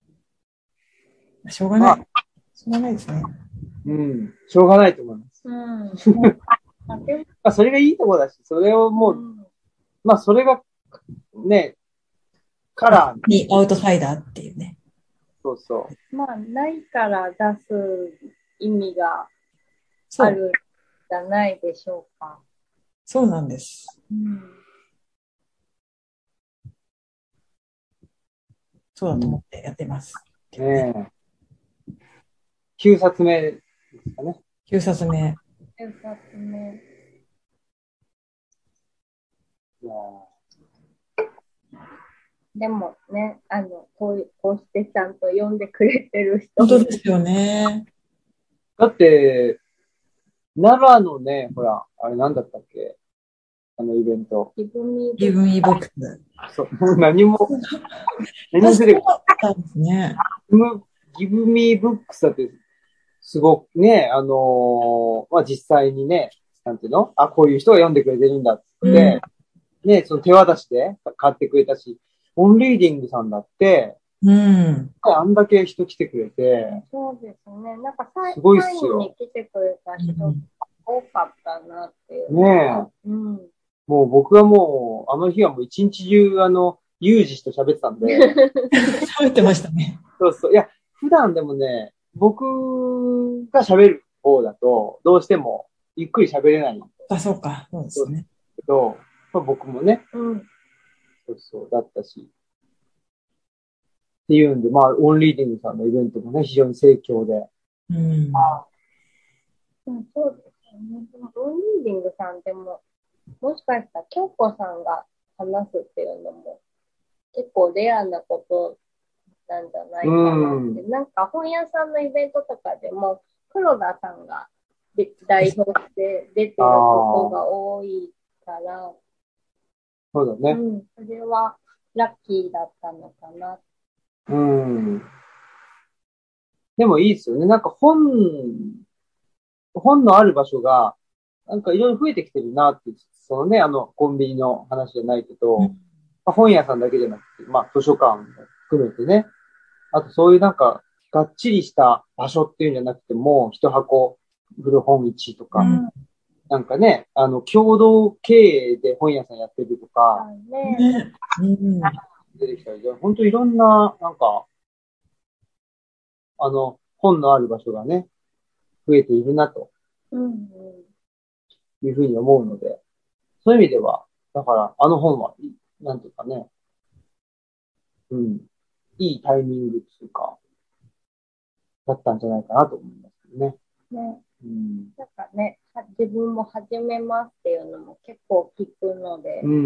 しょうがない。 まあ、 しょうがないですね。 うん、しょうがないと思います。 うん。 まあ、それがいいところだし、それをもう、 うん、 まあ、それが、ね、カラーにアウトサイダーっていうね。 そうそう。 まあ、ないから出す意味がそう。 あるんじゃないでしょうか。 そうなんです。 うん、 そうだと思ってやってます。 ねえ。きゅうさつめですかね。 きゅうさつめ。 きゅうさつめ。 いやでもね、あの、こういう、こうしてちゃんと読んでくれてる人本も当ですよね。 だって、奈良のね、ほら、あれなんだったっけあのイベント。 ギブミギブミーボックス。 そう、もう何も、何も出てこあったんですね。 ない。ギブミーブックスだって、すごくね、あのーまあ、実際にね、なんていうのあ、こういう人が読んでくれてるんだっつって、うん、ね、その手渡しで買ってくれたし、オンリーディングさんだって、 うん。 あんだけ人来てくれて、 そうですね。なんかさいすごいっすよ。 サインに来てくれた人多かったなっていう。 ねえ。うん、もう僕はもう、あの日はもう一日中、あの、ユージと喋ってたんで。 喋ってましたね。 そうそう。いや、普段でもね、僕が喋る方だと、どうしてもゆっくり喋れない。 あ、そうか。そうですね。 けど、まあ、僕もね、 うん、 そうそう、だったし。っていうんで、まあ、オンリーディングさんのイベントもね、非常に盛況で。 うん。 うん、そうですよね。でもオンリーディングさんでも、もしかしたら京子さんが話すっていうのも、結構レアなことなんじゃないかなって。なんか本屋さんのイベントとかでも、黒田さんが代表して出てることが多いから、 そうだね。 うん、それはラッキーだったのかな。 うん。でもいいですよね。なんか本、本のある場所が、なんかいろいろ増えてきてるなって、そのね、あの、コンビニの話じゃないけど、うん、まあ、本屋さんだけじゃなくて、まあ、図書館も含めてね、あとそういうなんか、がっちりした場所っていうんじゃなくても、一箱古本市とか、うん、なんかね、あの、共同経営で本屋さんやってるとか、 ね、 うん、 出てきたり、本当いろんな、なんか、あの、本のある場所がね、増えているなと、いうふうに思うので、そういう意味では、だから、あの本は、なんていうかね、うん、いいタイミングっていうか、だったんじゃないかなと思いますけどね。 ね。 うん、 なんかね、自分も始めますっていうのも結構聞くので。 うん。うん、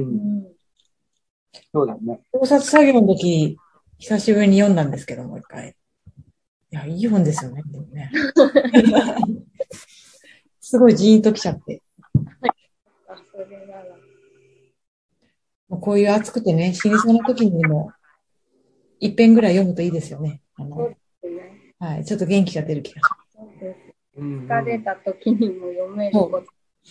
そうだね。 考察作業の時、久しぶりに読んだんですけど、もう一回。いや、いい本ですよね、でもね。すごいジーンときちゃって。 あ、それなら。 もうこういう暑くてね、死にそうな時にも、一編ぐらい読むといいですよね。あの、そうですね。はい、ちょっと元気が出る気がします。 そうです。疲れた時にも読めること。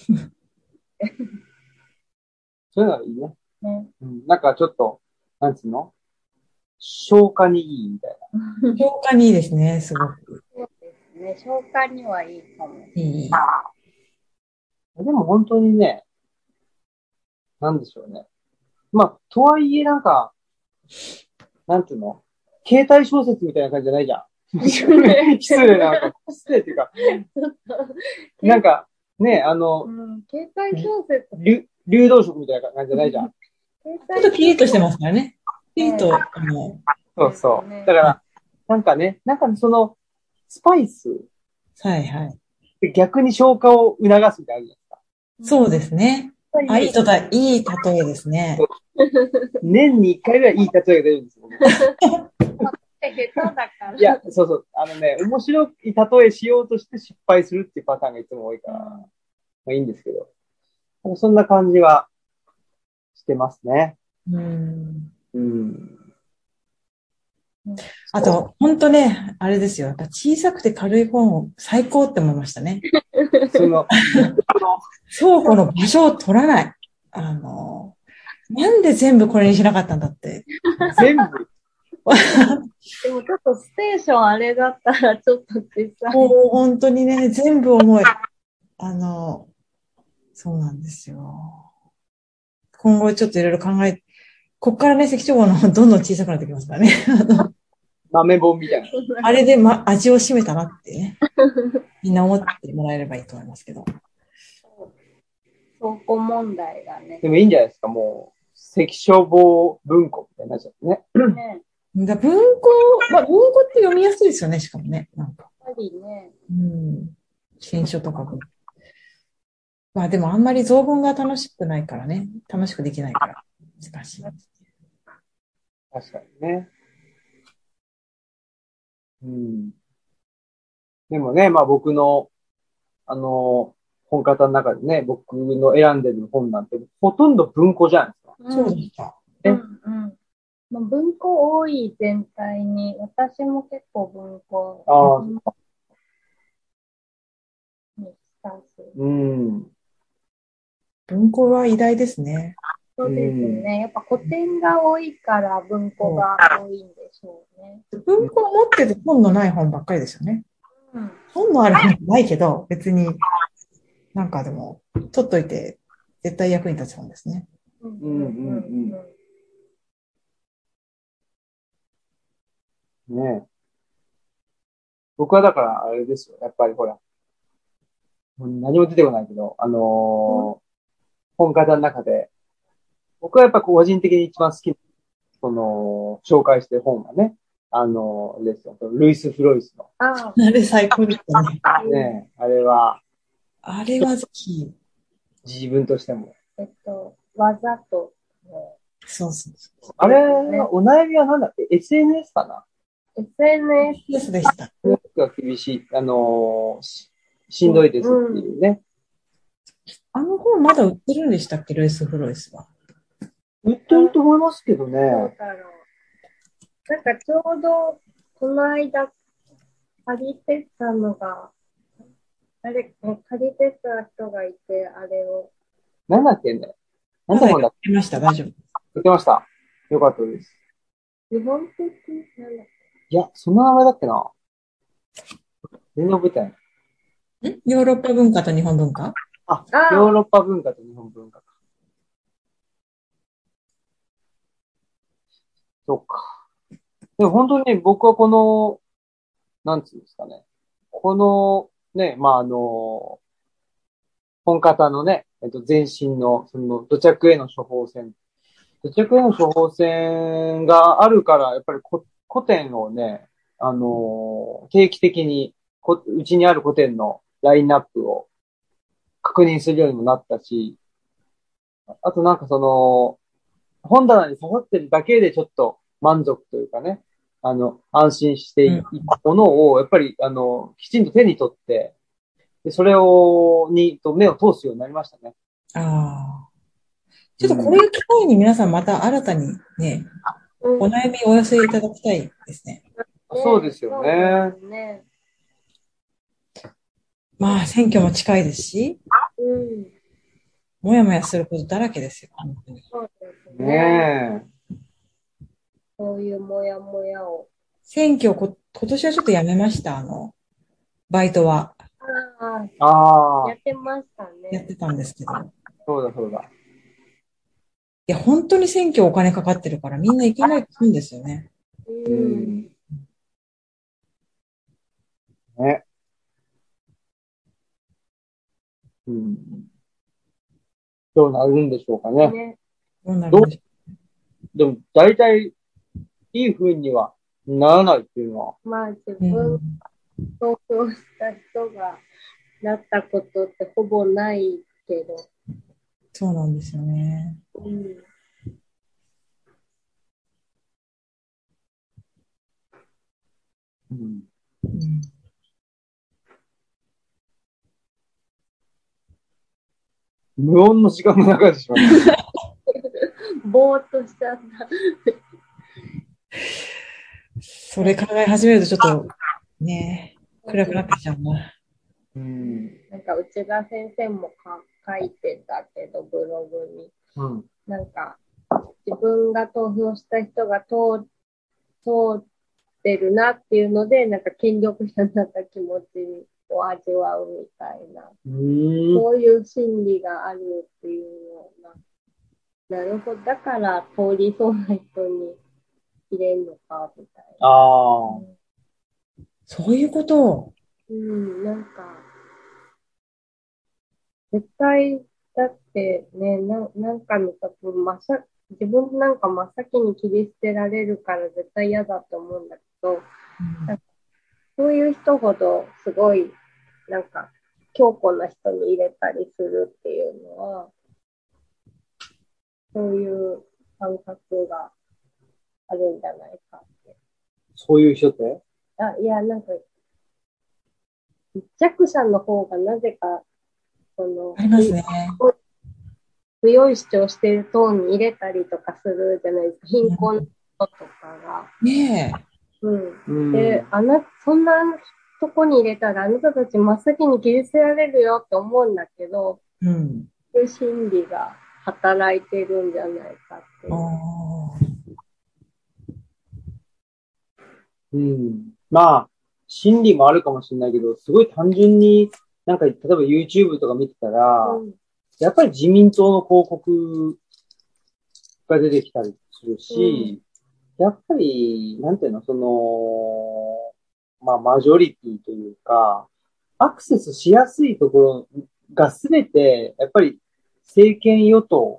そういうのがいいね。 ね、 うん。なんかちょっと、なんつうの消化にいいみたいな。消化にいいですね、すごく。 そうですね。消化にはいいかも。いい。 でも本当にね、なんでしょうね。まあ、とはいえなんか、なんていうの携帯小説みたいな感じじゃないじゃん。失礼な、なんか、失礼っていうか、なんか、ね、あの、 うん、携帯小説流、流動食みたいな感じじゃないじゃん。 ちょっとピリッとしてますからね。ピリッと、あの、 そうそう。だから、 なんかね、なんかその、スパイスはいはい。 って逆に消化を促すみたいなのあるじゃないですか。 そうですね。あ、いいとだ、いい例えですね。 年に一回ぐらいいい例えが出るんですよ。 下手だから。 いや、そうそう。あのね、面白い例えしようとして失敗するっていうパターンがいつも多いから、まあいいんですけど。そんな感じはしてますね。 うん。 うん。 あと、ほんとね、あれですよ。やっぱ小さくて軽い本を最高って思いましたね。 その、 倉庫の場所を取らない。あの、なんで全部これにしなかったんだって。 全部。 でもちょっとステーションあれだったらちょっと小さい。 もう本当にね、全部重い。あの、そうなんですよ。今後ちょっといろいろ考え、こっからね、関所号のどんどん小さくなってきますからね。あの豆本みたいな。 あれで、ま、味を占めたなってね、みんな思ってもらえればいいと思いますけど。 倉庫問題がね。 でもいいんじゃないですか、もう。関所房文庫みたいになっちゃってね。 ね。 だ文庫、まあ、文庫って読みやすいですよね、しかもね。なんか。 やっぱりね。 うん。新書とかも。まあでもあんまり造文が楽しくないからね。楽しくできないから。難しい。 確かにね。うん。でもね、まあ僕の、あの、本型の中でね、僕の選んでる本なんて、ほとんど文庫じゃないですか。 そうでした。 うんうんまあ、文庫多い全体に、私も結構文庫ああ、 にしたし。 うん。 文庫は偉大ですね。 そうですね。やっぱ古典が多いから文庫が多いんでしょうね。 文庫を持ってて本のない本ばっかりですよね。 うん。 本のある本ないけど、別になんかでも、取っといて絶対役に立つ本ですね。 うんうんうんうん。ねえ。僕はだからあれですよ。やっぱりほら、もう何も出てこないけど、あのー本型の中で、僕はやっぱ個人的に一番好きな、その、紹介してる本がね、あのーですよ。ルイス・フロイスの。 ああれ最高でしたね。 ねえ、あれは、 あれはぜひ。 自分としても。 えっと、わざと、ね、 そうそうそあれは、お悩みは何だっけ？ エスエヌエス かな？ エスエヌエスう。ですでした。 が厳しい、あのーし、しんどいですっていうね。 あの本まだ売ってるんでしたっけ、ルイス・フロイスは。 売ってると思いますけどね。 どうだろう。なんかちょうど、この間、借りてたのが、あれ、借りてた人がいて、あれを。 なんだっけね。なんまだ売だ本だっってました、大丈夫。 け？売ってました。よかったです。 日本的なんだっいや、その名前だっけな。全然覚えてない。 んヨーロッパ文化と日本文化あ、 あーヨーロッパ文化と日本文化か。そっか。でも本当にね僕はこの、なんつうんですかね。この、ね、まあ、あの、本型のね、えっと、前身の、その、土着への処方箋。土着への処方箋があるから、やっぱりこ古典をね、あの、定期的にこ、うちにある古典のラインナップを確認するようにもなったし、あとなんかその、本棚に刺さってるだけでちょっと満足というかね、あの、安心していくものを、やっぱり、あの、きちんと手に取って、で、それを、に、と目を通すようになりましたね。 ああ。ちょっとこういう機会に皆さんまた新たにね、 け。うんお悩みお寄せいただきたいですね。 そうですよね。 そうですね。 まあ、選挙も近いですし、 うん。 もやもやすることだらけですよ。本当にそうですね。 ねそういうもやもやを。 選挙こ、今年はちょっとやめました、あの、バイトはあえ。ああ、 あ、 やってましたね。 やってたんですけど。いそうだそうだ。 や、本当に選挙お金かかってるからみんな行けないんですよね。 う。 うんん。ね。うん。どうなるんでしょうかね。 ね。 どうなるんでしょでも、大体、いい風にはならないっていうのは。 まあ自うん分投票した人がなったことってほぼないけど。 そうなんですよね。 うん。 うん。 うん無音の時間が流れてしまった。 ぼーっとしちゃった。 それ考え始めるとちょっと、ね、暗くなってきちゃうな。 うん。 なんか内田先生もか書いてたけど、ブログに。 うん。 なんか自分が投票した人が通通ってるなっていうので、なんか権力者になった気持ちを味わうみたいな。 うーん。 そういう心理があるっていうような。なるほど。だから通りそうな人に入れんのか、みたいな。 ああ。 そういうことうん、なんか、絶対、だってね、ななんかの多分、まさ、自分なんか真っ先に切り捨てられるから絶対嫌だと思うんだけど、なんかそういう人ほどすごい、なんか、強固な人に入れたりするっていうのは、そういう感覚があるんじゃないかって。 そういう人って？ あ、いや、なんか、弱者の方がなぜか、その、 ありますね。 強い主張しているトーンに入れたりとかするじゃないですか。貧困の人とかが。 ねえ。 うん。 うん。 で、あな、そんなとこに入れたらあなたたち真っ先に切り捨てられるよって思うんだけど、 うん。 そういう心理が働いてるんじゃないかっていあう。 あ。 うん。まあ、心理もあるかもしれないけど、すごい単純に、なんか、例えば YouTube とか見てたら、 うん。 やっぱり自民党の広告が出てきたりするうん。 し、やっぱり、なんていうの、その、まあ、マジョリティというか、アクセスしやすいところがすべて、やっぱり政権与党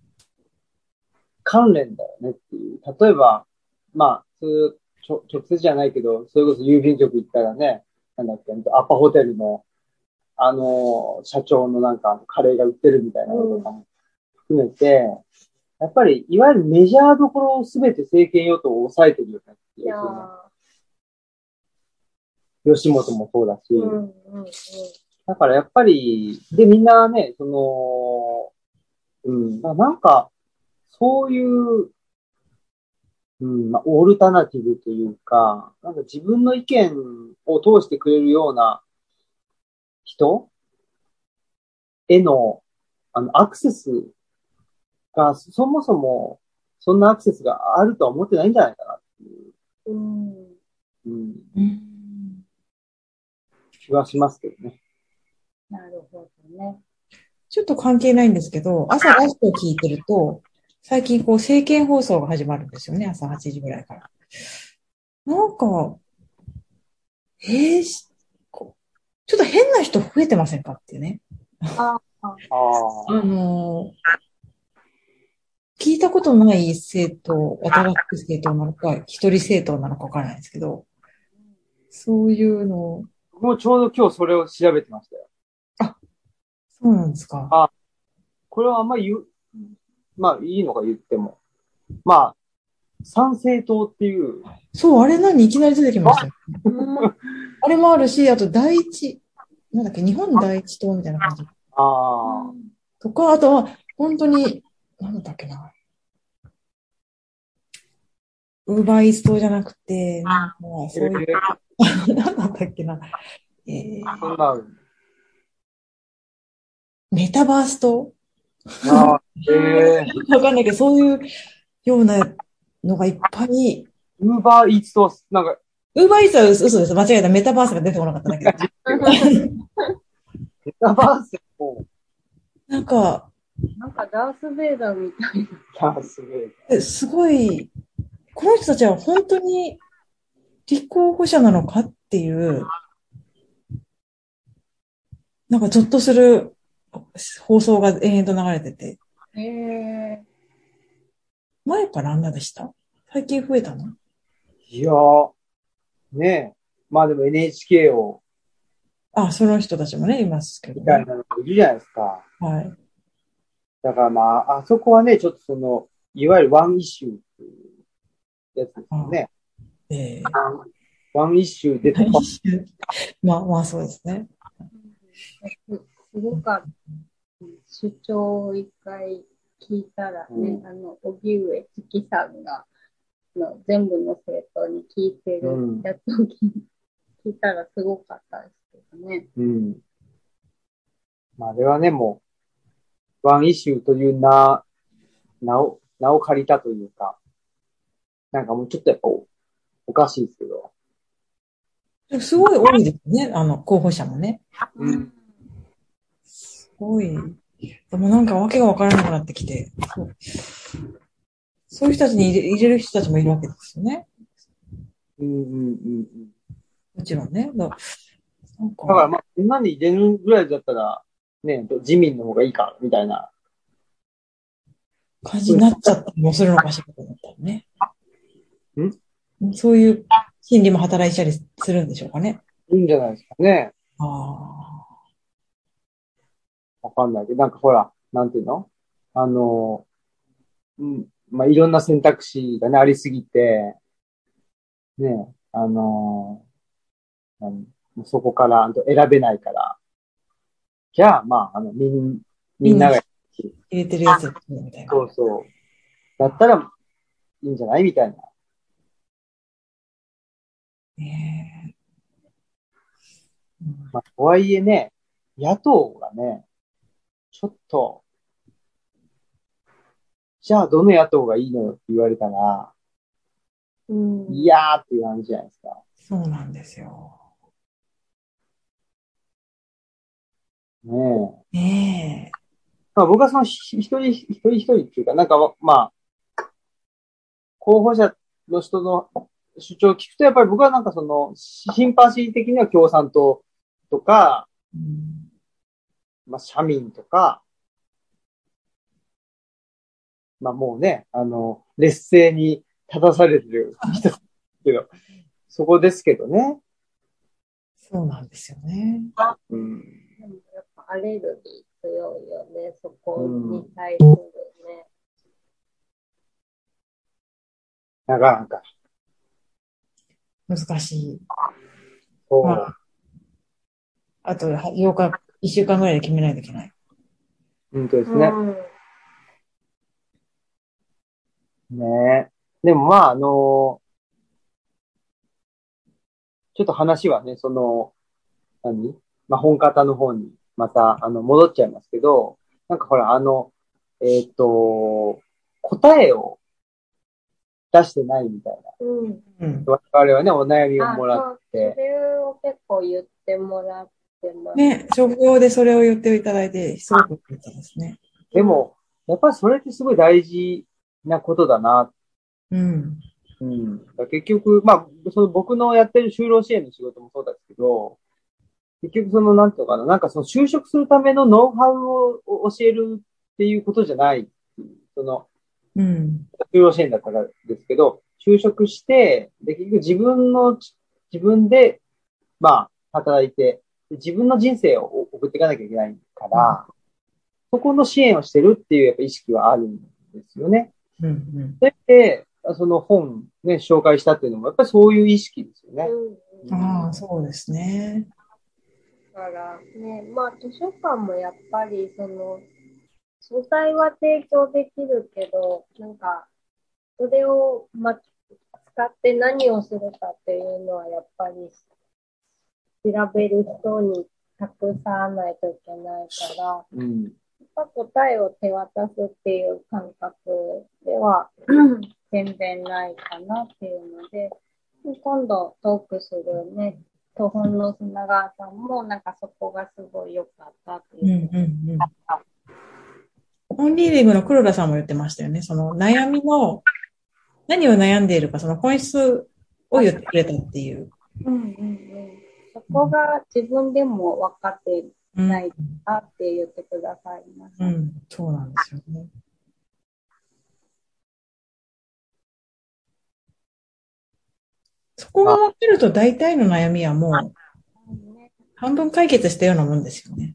関連だよねっていう。例えば、まあ、普通ちょ直接じゃないけど、それこそ郵便局行ったらね、なんだっけ、アパホテルの、あの、社長のなんかカレーが売ってるみたいなのとかも含めて、やっぱり、いわゆるメジャーどころをすべて政権与党を抑えてるよねっていう。 いや吉本もそうだし、 ー、うん、うん、うん。 だからやっぱり、で、みんなね、その、うん、まあなんか、そういう、うん、まあ、オルタナティブというか、なんか自分の意見を通してくれるような人への、あの、アクセスが、そもそも、そんなアクセスがあるとは思ってないんじゃないかなっていう、 うん。 うん、 うん気はしますけどね。 なるほどね。 ちょっと関係ないんですけど、朝ラジオを聞いてると、最近こう政見放送が始まるんですよね、朝はちじぐらいから。なんか、えー、しこうちょっと変な人増えてませんかっていうね。 ああ、 ああのー聞いたことない政党、新しい政党なのか、一人政党なのかわからないですけど、そういうのを、 僕もちょうど今日それを調べてましたよ。 あ、そうなんですか。 あ、これはあんまり言う、まあいいのか言っても。まあ、参政党っていう、 そう、あれ何いきなり出てきましたよ。 うん。 あれもあるし、あと第一、なんだっけ、日本第一党みたいな感じああ、 とか、あとは、本当に、なんだっけな。ウーバーイーツ党じゃなくて、なんか、そういう、 えなんだったっけな。えー、 ー、そんな、 メタバース党ああ、ええわかんないけど、そういうようなのがいっぱい。 ウーバーイーツと、なんか、 ウーバーイーツは嘘です。間違えた。メタバースが出てこなかっただけだ。 メタバースも、 なんか、 なんかダース・ベイダーみたいな。 いや、すげえ。 えすごい、この人たちは本当に立候補者なのかっていう、なんかゾッとする放送が延々と流れてて、 へえ。 前からあんなでした最近増えたのいやー、ねえ。まあでも エヌエイチケー を、 あ、その人たちもね、いますけどね。 みたいなのがいるじゃないですか。 はい。 だからまあ、あそこはね、ちょっとその、いわゆるワンイッシュっていうやつですよあ、 ね。 ええワンイッシュでとか、 大衆。まあまあそうですね。 すすごかった。主張を一回聞いたらね、 うんあの、荻上チキさんが、の全部の生徒に聞いてるうんやつを聞い聞いたらすごかったですけどね。 うん。まあ、あれはね、もう、ワンイッシュという名、名を、名を借りたというか、なんかもうちょっとやっぱお、おかしいですけど。 すごい多いですね。あの、候補者もね。 うん。 すごい。でもなんかわけがわからなくなってきて。そう、そういう人たちに入れ、入れる人たちもいるわけですよね。 うんうんうんうん。 もちろんね。だ、なんか、 だからまあ、こんなに入れるぐらいだったら、ね、自民の方がいいか、みたいな。 感じになっちゃったりもするのかしらと思ったらね。 んそういう心理も働いたりするんでしょうかね。 いいんじゃないですかね。 ああ。 わかんないけど、なんかほら、なんていうのあの、うん、まあ、いろんな選択肢がね、ありすぎて、ね、あの、何もうそこからあと選べないから。じゃあ、まあ、あの、みん、みみんな入んなが、 れてるやつですねみたいな。 そうそう。だったらいいんじゃないみたいな。 ねえ。うん、 まあ、とはいえね、野党がね、ちょっと、じゃあどの野党がいいのよって言われたら、 うん。 いやーっていう感じじゃないですか。 そうなんですよ。 ねえ。 ねまあ僕はそのひ一人一人一人っていうか、なんかまあ、候補者の人の主張を聞くと、やっぱり僕はなんかその、シンパシー的には共産党とか、 え。うん、 まあ社民とか、まあもうね、あの、劣勢に立たされてる人だけど、そこですけどね。 そうなんですよね。 うん。 でもやっぱアレルギー強いよね、そこにうん。 対するね。 なかなか。 難しい。まそあ、あとようか、いっしゅうかんぐらいで決めないといけない。 う。本当ですね。 うん。 ねえ。でもまあ、あの、ちょっと話はね、その、何まあ、本方の方にまた、あの、戻っちゃいますけど、なんかほら、あの、えっと、答えを出してないみたいな。 うん。 うん。 我々はね、お悩みをあ、 もらっそう、そて、 れを結構言ってもらってます。 ね、職業でそれを言っていただいて、すごく良かったですね。 でも、やっぱりそれってすごい大事なことだな。 うん。 うん。だから結局、まあ、その僕のやってる就労支援の仕事もそうですけど、結局その、なんていうのかな、なんかその就職するためのノウハウを教えるっていうことじゃないっていう。その、 うん。 就労支援だったらですけど、就職して、で、結局自分の、自分で、まあ、働いて、自分の人生を送っていかなきゃいけないから、そこの支援をしてるっていうやっぱ意識はあるんですよね。 うん。 で、その本ね、紹介したっていうのも、やっぱりそういう意識ですよね。 うん。 うん。ああ、そうですね。 だからね、まあ図書館もやっぱりその素材は提供できるけど、なんかそれを、まあ、使って何をするかっていうのはやっぱり調べる人に託さないといけないから、 うん。 やっぱ答えを手渡すっていう感覚では全然ないかなっていうので、今度トークするね、東本の砂川さんもなんかそこがすごい良かったってうん。 いう。 うん。うん。オンリーディングの黒田さんも言ってましたよね。その悩みの、何を悩んでいるか、その本質を言ってくれたっていう。 うんうんうん。そこが自分でも分かってうん。 ないなって言ってくださいました。 うん。そうなんですよね。 そこが分かると大体の悩みはもう半分解決したようなもんですよね。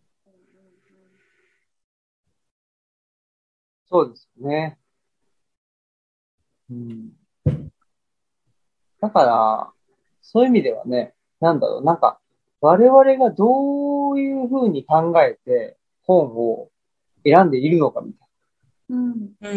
そうですね。うん。だから、そういう意味ではね、なんだろう、なんか、我々がどういうふうに考えて本を選んでいるのかみたいうん。 うん。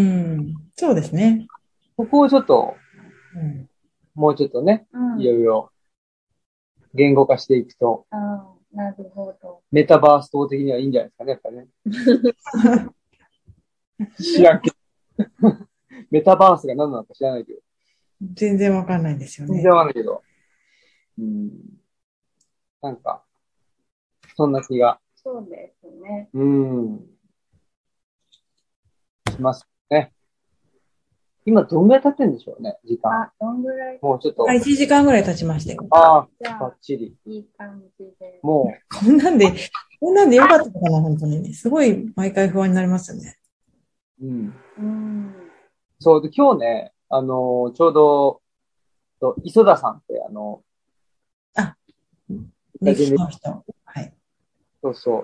そうですね。 な。ここをちょっと、 うん。 もうちょっとね、 うん。 いろいろ言語化していくと、 ああ、なるほど。 メタバース等的にはいいんじゃないですかね、やっぱね。知らんけど。メタバースが何なのか知らないけど。 全然わかんないんですよね。 全然わかんないけど。うん。なんか、そんな気が、 そうですね。 うん、しますね。今どんぐらい経ってんでしょうね、時間。 あ、どんぐらいもうちょっと。 あ、いちじかんぐらい経ちましたよ。 ああ、 じゃあ、 バッチリ。 いい感じで。 もこんなんで、こんなんでよかったのかな、本当にね。すごい毎回不安になりますよね。 う、うん。 うん。 そうで、今日ね、あのーちょうど、と磯田さんって、あの、 あ、ネクス全然、 トの人。はい。 そうそう、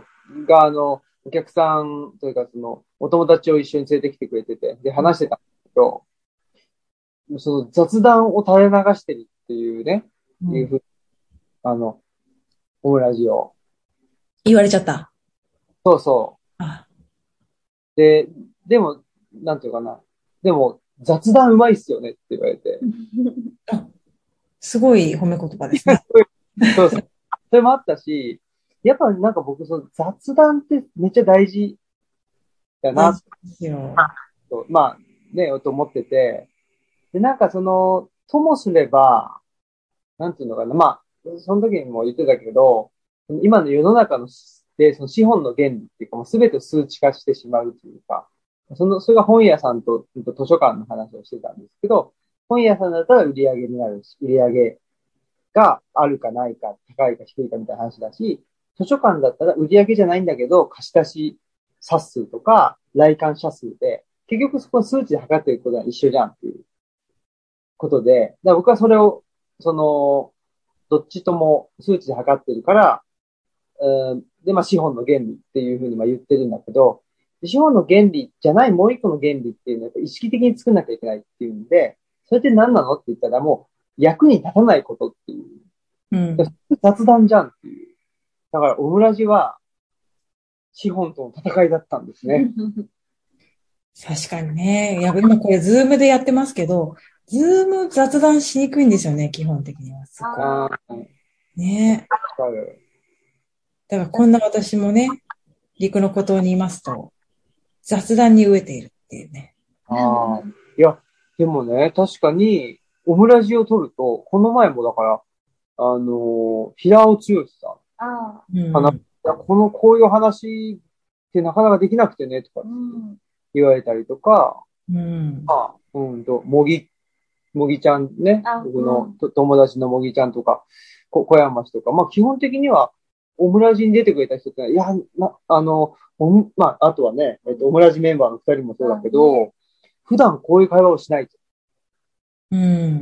が、あの、お客さんというか、その、お友達を一緒に連れてきてくれてて、で、話してたんですけど、その雑談を垂れ流してるっていうね、 うん、 いうふうに、あの、オムラジオ。 言われちゃった。 そうそあ、 う。で、でも、なんていうかな。でも、雑談うまいっすよねって言われて。 あ、すごい褒め言葉ですね。 そうそう。それもあったし、やっぱなんか僕、その雑談ってめっちゃ大事だな大事ですよ。 と、まあ、ね、と思ってて、で、なんかその、ともすれば、なんていうのかな、まあ、その時にも言ってたけど、今の世の中ので、その資本の原理っていうか、もう全てを数値化してしまうというか、その、それが本屋さんと、図書館の話をしてたんですけど、本屋さんだったら売り上げになるし、売り上げがあるかないか、高いか低いかみたいな話だし、図書館だったら売り上げじゃないんだけど、貸し出し冊数とか、来館者数で、結局そこ数値で測っていくことは一緒じゃんっていうことで、だから僕はそれを、その、どっちとも数値で測ってるから、うん、で、まあ資本の原理っていうふうにまあ言ってるんだけど、資本の原理じゃないもう一個の原理っていうのはやっぱ意識的に作んなきゃいけないっていうんで、それって何なのって言ったらもう役に立たないことっていう。 うん。 雑談じゃんっていう。だからオムラジは資本との戦いだったんですね。 確かにね。いや、今これズームでやってますけど、ズーム雑談しにくいんですよね、基本的には。すごい。 ああ、 ね。 わかる。 だからこんな私もね、陸の孤島にいますと、雑談に飢えているっていうね。 ああ。いや、でもね、確かに、オムラジを撮ると、この前もだから、あのー平尾剛さん、 ああ、 うん。 話いやこの、こういう話ってなかなかできなくてね、とかうん。 言われたりとか、 うん。 まあ、うんと、もぎ、もぎちゃんね、 あ、 僕うん。 のと友達のもぎちゃんとか、こ小山氏とか、まあ基本的には、オムラジに出てくれた人ってのは、いや、な、あの、おむまあ、あとはね、えっと、オムラジメンバーの二人もそうだけど、普段こういう会話をしないと。 うん。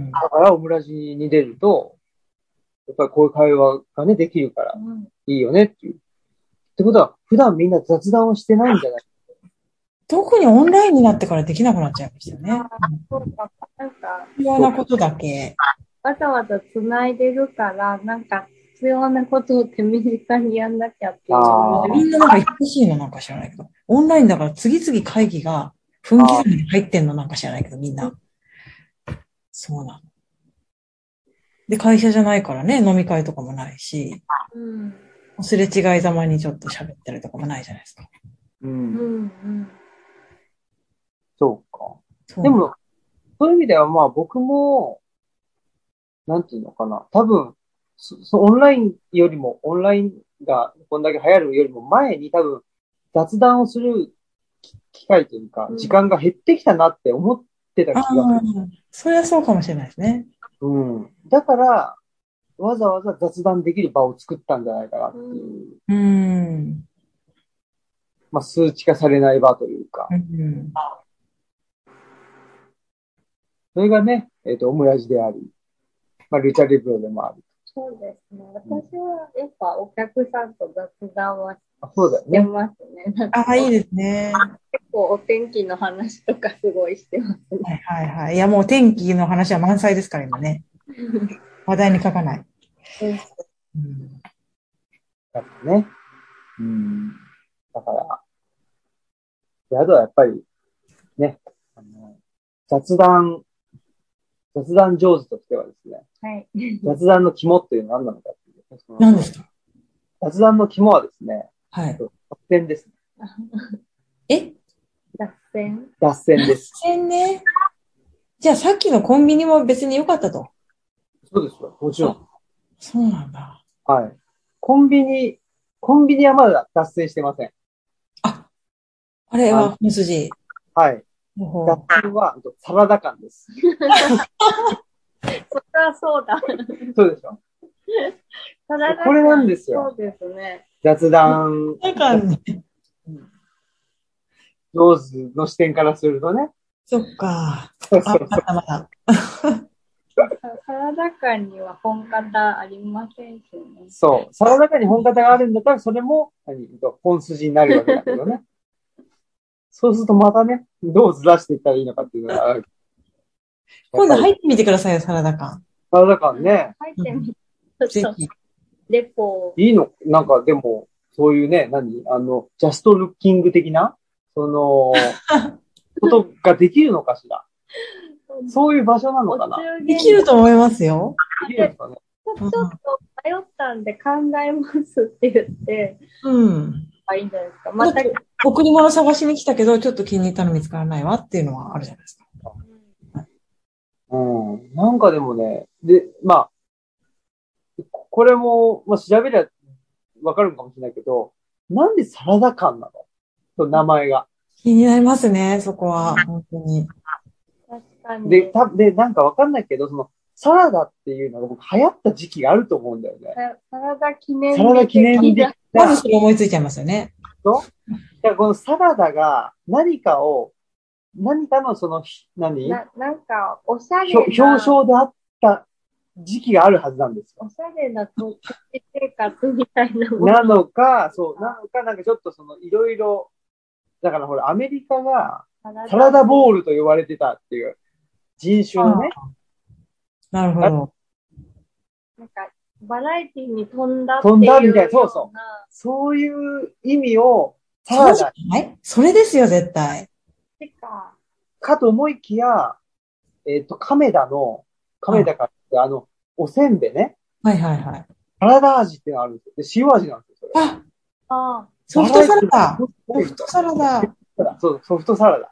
だからオムラジに出ると、やっぱりこういう会話がね、できるからうん。 いいよねっていう。ってことは、普段みんな雑談をしてないんじゃない？ 特にオンラインになってからできなくなっちゃいましたよあね。 あ、そうか。なんか、 必要なことだけ。 わざわざ繋いでるから、なんか、必要なことを手短にやんなきゃっていうあみんななんか忙しいのなんか知らないけど。オンラインだから次々会議が分刻みに入ってんのなんか知らないけど、みんな。そうなの。で、会社じゃないからね、飲み会とかもないし、 うん。 すれ違いざまにちょっと喋ったりとかもないじゃないですか。 う。 うんん。うん。 そうか。 そうなの。 でも、そういう意味ではまあ僕も、なんていうのかな。多分、そ、そオンラインよりも、オンラインがこんだけ流行るよりも前に多分、雑談をする機機会というか、 うん時間が減ってきたなって思ってたあ気がする。 あ、そりゃそうかもしれないですね。 うん。だから、わざわざ雑談できる場を作ったんじゃないかなっていう。 うーん。 まあ、数値化されない場というか。 うん。 それがね、えっと、オムラジであり。 まあ、ルチャリブロでもある。 そうですね。私はやっぱお客さんと雑談はあ、そうだよしてね。 ますね。なんかあ、いいですね。 結構お天気の話とかすごいしてますね。 はいはいはい。いや、もう天気の話は満載ですから、今ね。話題に書かない。 うんうんだからね。うん。だから、であとはやっぱり、ね、あの、雑談、雑談上手としてはですね、 はい。 雑談の肝っていうのは何なのかっていう。その何ですか？ 雑談の肝はですね、 はい。 脱線ですね。 え脱線脱線です。 脱線ね。じゃあさっきのコンビニも別に良かったと。 そうですよ。もちろん。 そうなんだ。 はい。コンビニ、コンビニはまだ脱線してません。 あ、あれは本筋。 はい。 ほほ脱線はサラダ感です。 そりゃそうだ。 そうでしょ。 サラダこれなんですよ。 そうですね。 雑談だからね。 上手の視点からするとね。 そっか。あ、 そうそうまだまだ。 サラダ感には本型ありませんしね。 そう。サラダ感に本型があるんだったら、それも、何、本筋になるわけだけどね。そうするとまたね、どうずらしていったらいいのかっていうのがある。 今度入ってみてくださいよ、サラダ感。 サラダ感ね。 入ってみると、 ぜひ。 レポいいのなんかでも、そういうね、何あの、ジャストルッキング的な、その、ことができるのかしら。そういう場所なのかな。 できると思いますよ。 できるんですかね。 ちょっと迷ったんで考えますって言って、 うん。 あ、いいんじゃないですか。また、 贈り物探しに来たけど、ちょっと気に入ったの見つからないわっていうのはあるじゃないですか。 うん。なんかでもね、で、まあ、これも、まあ、調べりゃわかるかもしれないけど、なんでサラダ感なのと名前が。 気になりますね、そこは。本当に。 確かに。 で、た、で、なんかわかんないけど、その、サラダっていうのが僕流行った時期があると思うんだよね。 サラダ記念日。 サラダ記念日的なまずそれ思いついちゃいますよね。 だからこのサラダが何かを、何かのその、何ななんか、おしゃれ表な、 表彰であった時期があるはずなんですよ。 おしゃれな都市生活みたいなもの。 なのか、そう、なのか、なんかちょっとその、いろいろ、だからほら、アメリカがサラダボールと呼ばれてたっていう人種のね。 なるほど。 なんか、バラエティに飛んだっていう飛んだみたいな、そううそう。そういう意味を、サラダそうじゃないそれですよ、絶対。 か。 かと思いきや、えっと、亀田の、亀田かってあの、おせんべいね。 はいはいはい。 サラダ味っていうのがあるんですよ。で、塩味なんですよ、それ。 あ、 あソフトサラダ。ソフトサラダ。 そう、ソフトサラダ。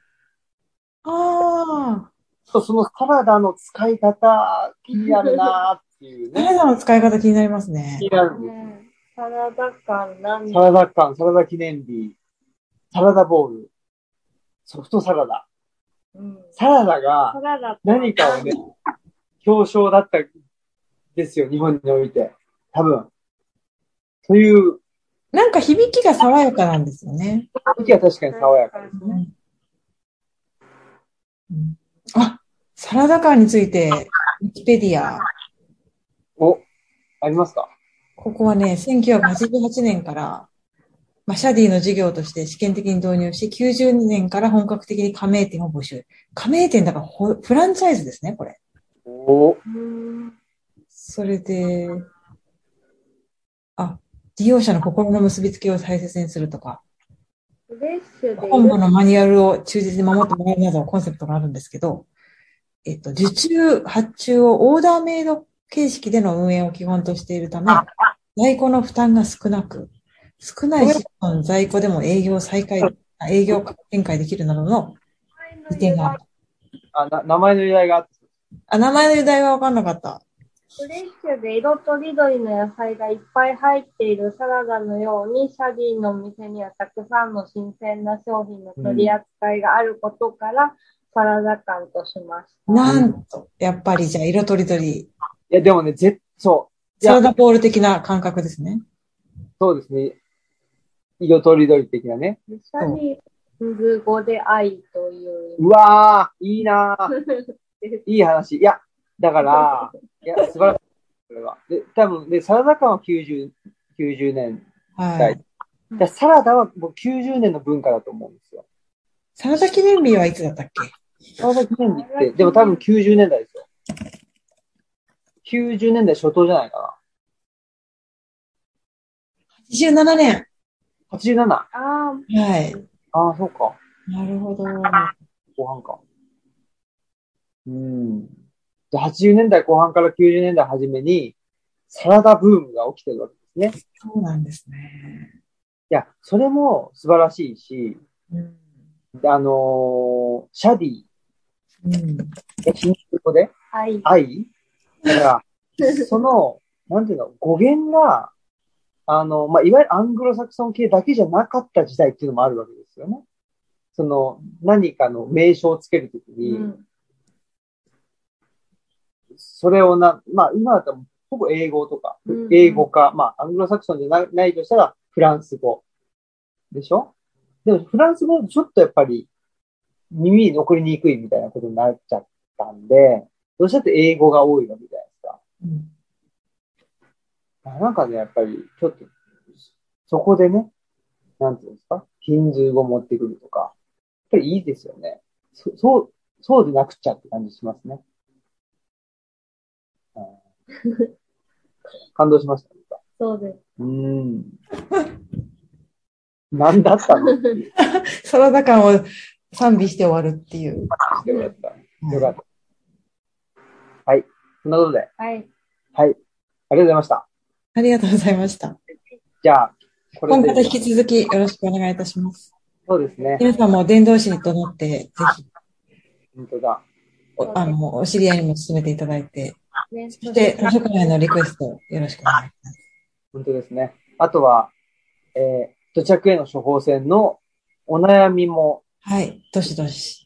ああ。 そう、そのサラダの使い方、気になるなーっていうサラね。 ダの使い方気になりますね気。になるあ、 んです。 ね、サラダ感なんサラダ感、サラダ記念日、サラダボール、ソフトサラダ。 うん、 サラダサがラダ何かをね、表彰だったんですよ、日本において。多分。というなんか響きが爽やかなんですよね。 時は確かに爽やかですね。 うん、あ、サラダ感について、ウィキペディア。 お、ありますか？ ここはね、せんきゅうひゃくはちじゅうはちねんから、まあ、シャディの事業として試験的に導入し、きゅうじゅうねんから本格的に加盟店を募集。加盟店だからフランチャイズですね、これ。 お、 それで、あ、利用者の心の結びつきを大切にするとか、 フレッシュで本部のマニュアルを忠実に守ってもらうなどのコンセプトがあるんですけど、えっと、受注、発注をオーダーメイド形式での運営を基本としているため、在庫の負担が少なく、少ない資本在庫でも営業再開、営業展開できるなどの利点がある。 あ、な、名前の由来があって。 あ、名前の由来は分かんなかった。 フレッシュで色とりどりの野菜がいっぱい入っているサラダのように、シャディのお店にはたくさんの新鮮な商品の取り扱いがあることから、うん、サラダ感としました。 なんと、やっぱりじゃあ色とりどり。いや、でもね、ぜ、そう。 サラダボール的な感覚ですね。 そうですね。色とりどり的なね。 シャディング語で愛という。 うわー、いいなー。いい話。いや、だから、 いや、素晴らしい。これは。で、多分、で、サラダ感はきゅうじゅう、きゅうじゅうねんだい。 はい。 でサラダはもうきゅうじゅうねんの文化だと思うんですよ。 サラダ記念日はいつだったっけ？ サラダ記念日って、でも多分きゅうじゅうねんだいですよ。きゅうじゅうねんだい初頭じゃないかな。 はちじゅうななねん。 はちじゅうなな。 ああ、 はい。 ああ、そうか。 なるほど。 後半か。うん。で、はちじゅうねんだいこう半からきゅうじゅうねんだい初めに、サラダブームが起きてるわけですね。 そうなんですね。 いや、それも素晴らしいし、 うん。 であのーシャディ、 うん。 ヒンドゥー語ではい。 愛だから、その、なんていうの、語源が、あの、まあ、いわゆるアングロサクソン系だけじゃなかった時代っていうのもあるわけですよね。その、何かの名称をつけるときに、 うん。 それをな、まあ、今だったらほぼ英語とか、 うん英語か、まあ、アングロサクソンじゃなないとしたらフランス語でしょ。でも、フランス語だとちょっとやっぱり耳に残りにくいみたいなことになっちゃったんで、どうしたって英語が多いわけじゃないですか。 うんなんかね、やっぱり、ちょっと、そこでね、なんていうんですか、ヒンズー語を持ってくるとか、やっぱりいいですよね。そ、そう、そうでなくちゃって感じしますね。うん、感動しましたね。 そうです。 うーん。何だったのっていう。 サラダ感を賛美して終わるっていう。 よかった。よかった。はい。そんなことで。 はい。 はい。ありがとうございました。 ありがとうございました。 じゃあ、これで。 今回引き続きよろしくお願いいたします。 そうですね。 皆さんも伝道師となって、ぜひ、 本当だ。 おあの、お知り合いにも進めていただいて、 ね、 そして、図書館へのリクエストよろしくお願いします。 本当ですね。あとは、えー、土着への処方箋のお悩みも、 はい。どしどし。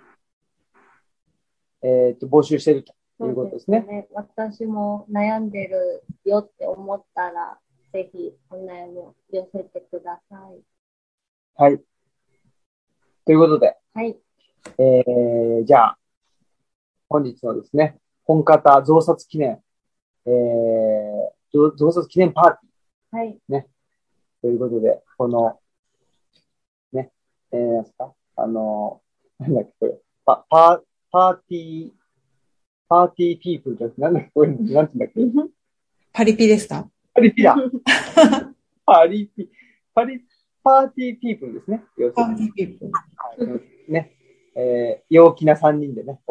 えっと、募集しているとそういうことですね。 ね。私も悩んでるよって思ったら、ぜひお悩みを寄せてください。 はい。ということで、 はい。 えー、じゃあ、本日のですね、本方増刷記念、えー、増増刷記念パーティー。 はい。 ね。ということで、この、ね、えー、なんですかあの、なんだっけ、これ、パ、パ、パーティー、パーティーピープルじゃなくて、なんだっけ、これ、なんて言うんだっけ。 パリピですか？ パリピだ。パリピ、パリ、パーティーピープルですね。要するに。 パリピ。 はい、ね、えー、陽気なさんにんでね、